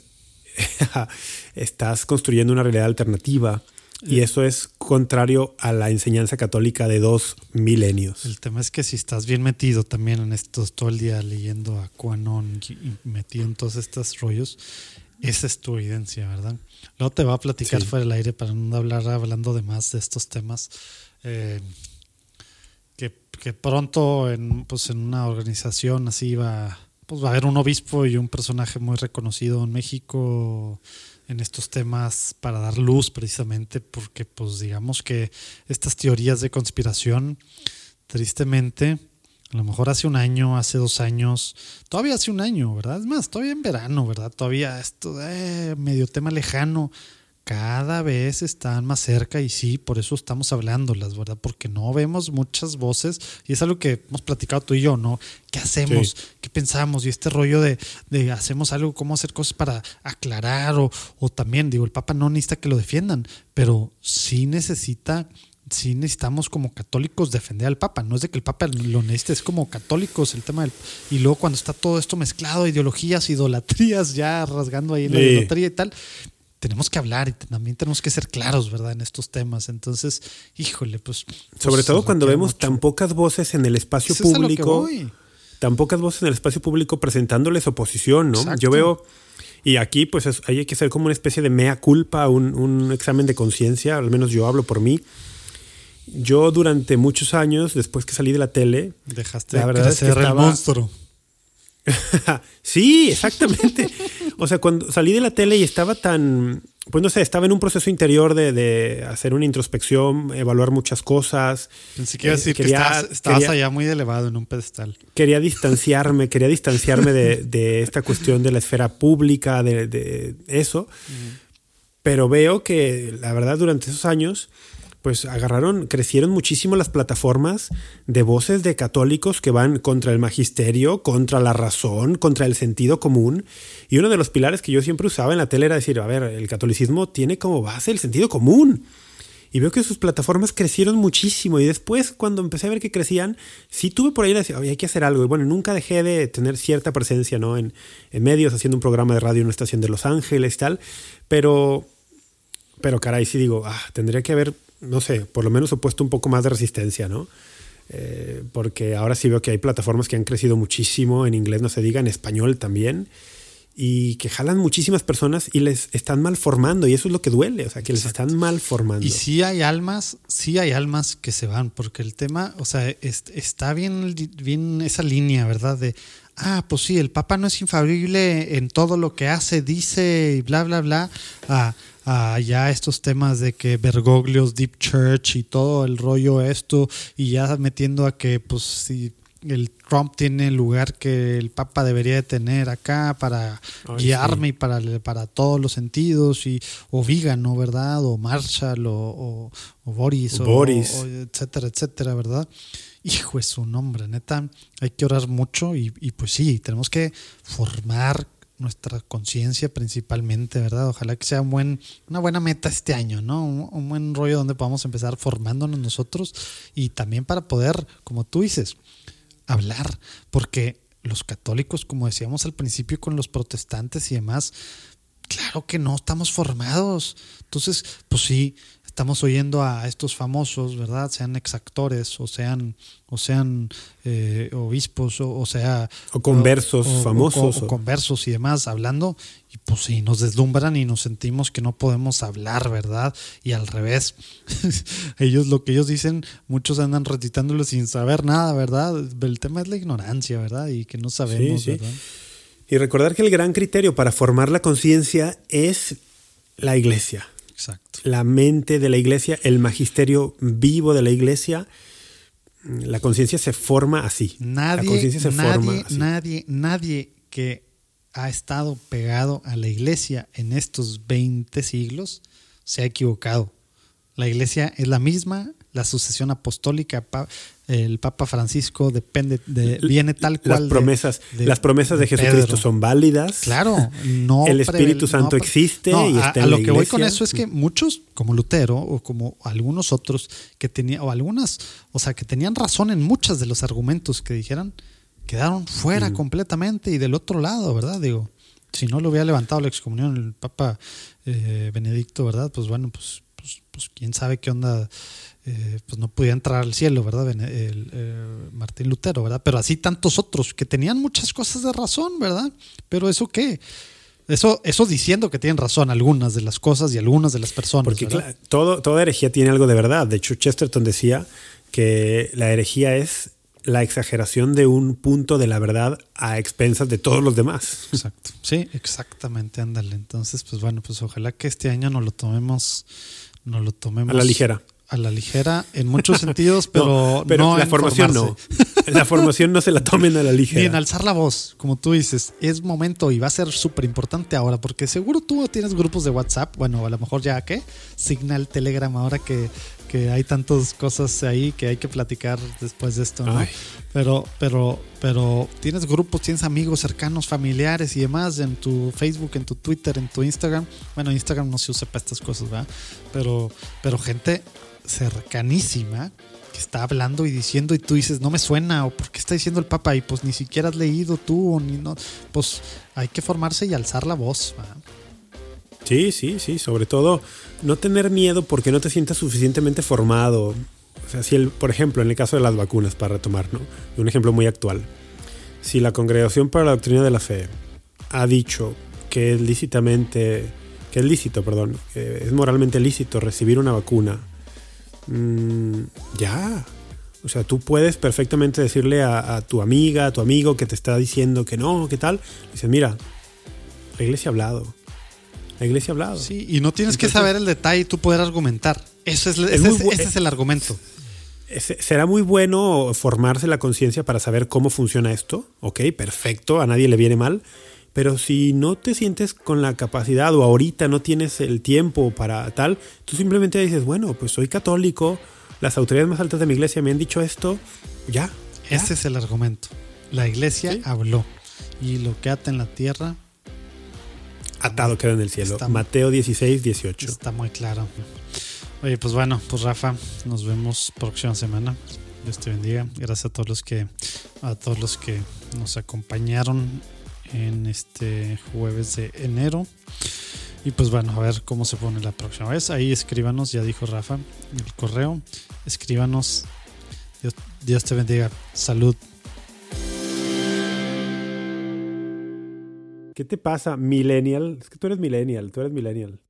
estás construyendo una realidad alternativa. Y eso es contrario a la enseñanza católica de dos milenios. El tema es que si estás bien metido también en estos, todo el día leyendo a QAnon y metido en todos estos rollos, esa es tu evidencia, ¿verdad? Luego te va a platicar sí. fuera del aire para no hablar hablando de más de estos temas. Eh, que, que pronto en, pues en una organización así va, pues va a haber un obispo y un personaje muy reconocido en México en estos temas para dar luz precisamente, porque pues digamos que estas teorías de conspiración, tristemente, a lo mejor hace un año, hace dos años, todavía hace un año, ¿verdad? Es más, todavía en verano, ¿verdad? Todavía esto, eh, medio tema lejano, cada vez están más cerca y sí, por eso estamos hablándolas, ¿verdad? Porque no vemos muchas voces y es algo que hemos platicado tú y yo, ¿no? ¿Qué hacemos? Sí. ¿Qué pensamos? Y este rollo de, de hacemos algo, cómo hacer cosas para aclarar o, o también, digo, el Papa no necesita que lo defiendan, pero sí necesita... Sí necesitamos como católicos defender al Papa. No es de que el Papa lo necesite, es como católicos el tema del... Y luego cuando está todo esto mezclado, ideologías, idolatrías, ya rasgando ahí en la sí. idolatría y tal, tenemos que hablar y también tenemos que ser claros, ¿verdad? En estos temas. Entonces, híjole, pues... pues sobre todo cuando vemos mucho. tan pocas voces en el espacio Eso público, tan pocas voces en el espacio público presentándoles oposición, ¿no? Exacto. Yo veo... Y aquí pues es, hay que hacer como una especie de mea culpa, un, un examen de conciencia, al menos yo hablo por mí. Yo durante muchos años, después que salí de la tele, dejaste la verdad crecer es que estaba... el monstruo. Sí, exactamente. O sea, cuando salí de la tele y estaba tan, pues no sé, estaba en un proceso interior de, de hacer una introspección, evaluar muchas cosas. Pensé que iba a decir quería, que estabas, estabas quería, allá muy elevado en un pedestal. Quería distanciarme, quería distanciarme de, de esta cuestión de la esfera pública, de, de eso. Uh-huh. Pero veo que, la verdad, durante esos años... pues agarraron, crecieron muchísimo las plataformas de voces de católicos que van contra el magisterio, contra la razón, contra el sentido común. Y uno de los pilares que yo siempre usaba en la tele era decir, a ver, el catolicismo tiene como base el sentido común. Y veo que sus plataformas crecieron muchísimo. Y después, cuando empecé a ver que crecían, sí tuve por ahí la decir, oye, hay que hacer algo. Y bueno, nunca dejé de tener cierta presencia, ¿no? En, en medios, haciendo un programa de radio en una estación de Los Ángeles y tal. Pero, pero caray, sí digo, ah, tendría que haber... no sé, por lo menos he puesto un poco más de resistencia, ¿no? Eh, porque ahora sí veo que hay plataformas que han crecido muchísimo, en inglés no se diga, en español también. y que jalan muchísimas personas y les están mal formando, y eso es lo que duele, o sea, que les Exacto. están mal formando. Y sí hay almas, sí hay almas que se van, porque el tema, o sea, es, está bien, bien esa línea, ¿verdad? De, ah, pues sí, el Papa no es infalible en todo lo que hace, dice y bla, bla, bla, ah, ah, ya estos temas de que Bergoglio's Deep Church y todo el rollo esto, y ya metiendo a que, pues, sí, el Trump tiene el lugar que el Papa debería de tener acá para Ay, guiarme sí. y para, para todos los sentidos, y o Vígano, ¿verdad? O Marshall, o, o, o Boris, o, Boris. O, o etcétera, etcétera, ¿verdad? Hijo es su nombre, neta, hay que orar mucho y, y pues sí, tenemos que formar nuestra conciencia principalmente, ¿verdad? Ojalá que sea un buen, una buena meta este año, ¿no? Un, un buen rollo donde podamos empezar formándonos nosotros y también para poder, como tú dices, hablar, porque los católicos, como decíamos al principio con los protestantes y demás, claro que no estamos formados. Entonces, pues sí, estamos oyendo a estos famosos, ¿verdad? Sean exactores o sean o sean eh, obispos o, o sea o conversos o, famosos o, o, o conversos y demás hablando, y pues sí, nos deslumbran y nos sentimos que no podemos hablar, ¿verdad? Y al revés, ellos lo que ellos dicen, muchos andan recitándolo sin saber nada, ¿verdad? El tema es la ignorancia, ¿verdad? Y que no sabemos, sí, sí. ¿verdad? Y recordar que el gran criterio para formar la conciencia es la iglesia. Exacto. La mente de la iglesia, el magisterio vivo de la iglesia. La conciencia se forma así. Nadie, la conciencia se nadie, forma así. Nadie, nadie que ha estado pegado a la iglesia en estos veinte siglos se ha equivocado. La iglesia es la misma, la sucesión apostólica, el Papa Francisco depende de, viene tal cual. Las promesas de, de, las promesas de, de Jesucristo Pedro. Son válidas. Claro, no. El Espíritu pre, Santo no, existe no, y a, está en a lo la que iglesia. Voy con eso es que muchos, como Lutero o como algunos otros que tenían, o algunas, o sea, que tenían razón en muchos de los argumentos que dijeran, quedaron fuera mm. completamente y del otro lado, ¿verdad? Digo, si no lo hubiera levantado la excomunión el Papa eh, Benedicto, ¿verdad? Pues bueno, pues, pues, pues quién sabe qué onda. Eh, pues no podía entrar al cielo, ¿verdad? El, el, el Martín Lutero, ¿verdad? Pero así tantos otros que tenían muchas cosas de razón, ¿verdad? Pero eso qué, eso, eso diciendo que tienen razón algunas de las cosas y algunas de las personas. Porque claro, todo, toda herejía tiene algo de verdad. De hecho, Chesterton decía que la herejía es la exageración de un punto de la verdad a expensas de todos los demás. Exacto. Sí, exactamente, ándale. Entonces, pues bueno, pues ojalá que este año nos lo tomemos, nos lo tomemos a la ligera. A la ligera en muchos sentidos, pero no, pero no la en formación formarse. no. La formación no se la tomen a la ligera. Ni en alzar la voz, como tú dices, es momento y va a ser súper importante ahora, porque seguro tú tienes grupos de WhatsApp, bueno, a lo mejor ya, ¿qué? Signal, Telegram, ahora que, que hay tantas cosas ahí que hay que platicar después de esto, ¿no? Ay. Pero, pero, pero tienes grupos, tienes amigos cercanos, familiares y demás en tu Facebook, en tu Twitter, en tu Instagram. Bueno, Instagram no se usa para estas cosas, ¿verdad? Pero, pero gente cercanísima que está hablando y diciendo y tú dices no me suena o por qué está diciendo el Papa y pues ni siquiera has leído tú o ni no, pues hay que formarse y alzar la voz, ¿verdad? Sí, sí, sí, sobre todo no tener miedo porque no te sientas suficientemente formado. O sea, si el, por ejemplo, en el caso de las vacunas, para retomar, ¿no? Un ejemplo muy actual. Si la Congregación para la Doctrina de la Fe ha dicho que es lícitamente, que es lícito, perdón, que es moralmente lícito recibir una vacuna, mmm, ya. O sea, tú puedes perfectamente decirle a, a tu amiga, a tu amigo que te está diciendo que no, ¿qué tal? Dices, mira, la iglesia ha hablado. La iglesia ha hablado. Sí, y no tienes Entonces, que saber el detalle y tú poder argumentar. Eso es, es ese, es, ese es el argumento. ¿Será muy bueno formarse la conciencia para saber cómo funciona esto? Ok, perfecto, a nadie le viene mal. Pero si no te sientes con la capacidad o ahorita no tienes el tiempo para tal, tú simplemente dices, bueno, pues soy católico, las autoridades más altas de mi iglesia me han dicho esto, ya. ya. Ese es el argumento. La iglesia ¿Sí? habló y lo que ata en la tierra... atado queda en el cielo. Está, Mateo dieciséis, dieciocho. Está muy claro. Oye, pues bueno, pues Rafa, nos vemos próxima semana. Dios te bendiga. Gracias a todos los que a todos los que nos acompañaron en este jueves de enero. Y pues bueno, a ver cómo se pone la próxima vez. Ahí escríbanos, ya dijo Rafa, el correo. Escríbanos. Dios, Dios te bendiga. Salud. ¿Qué te pasa, millennial? Es que tú eres millennial, tú eres millennial.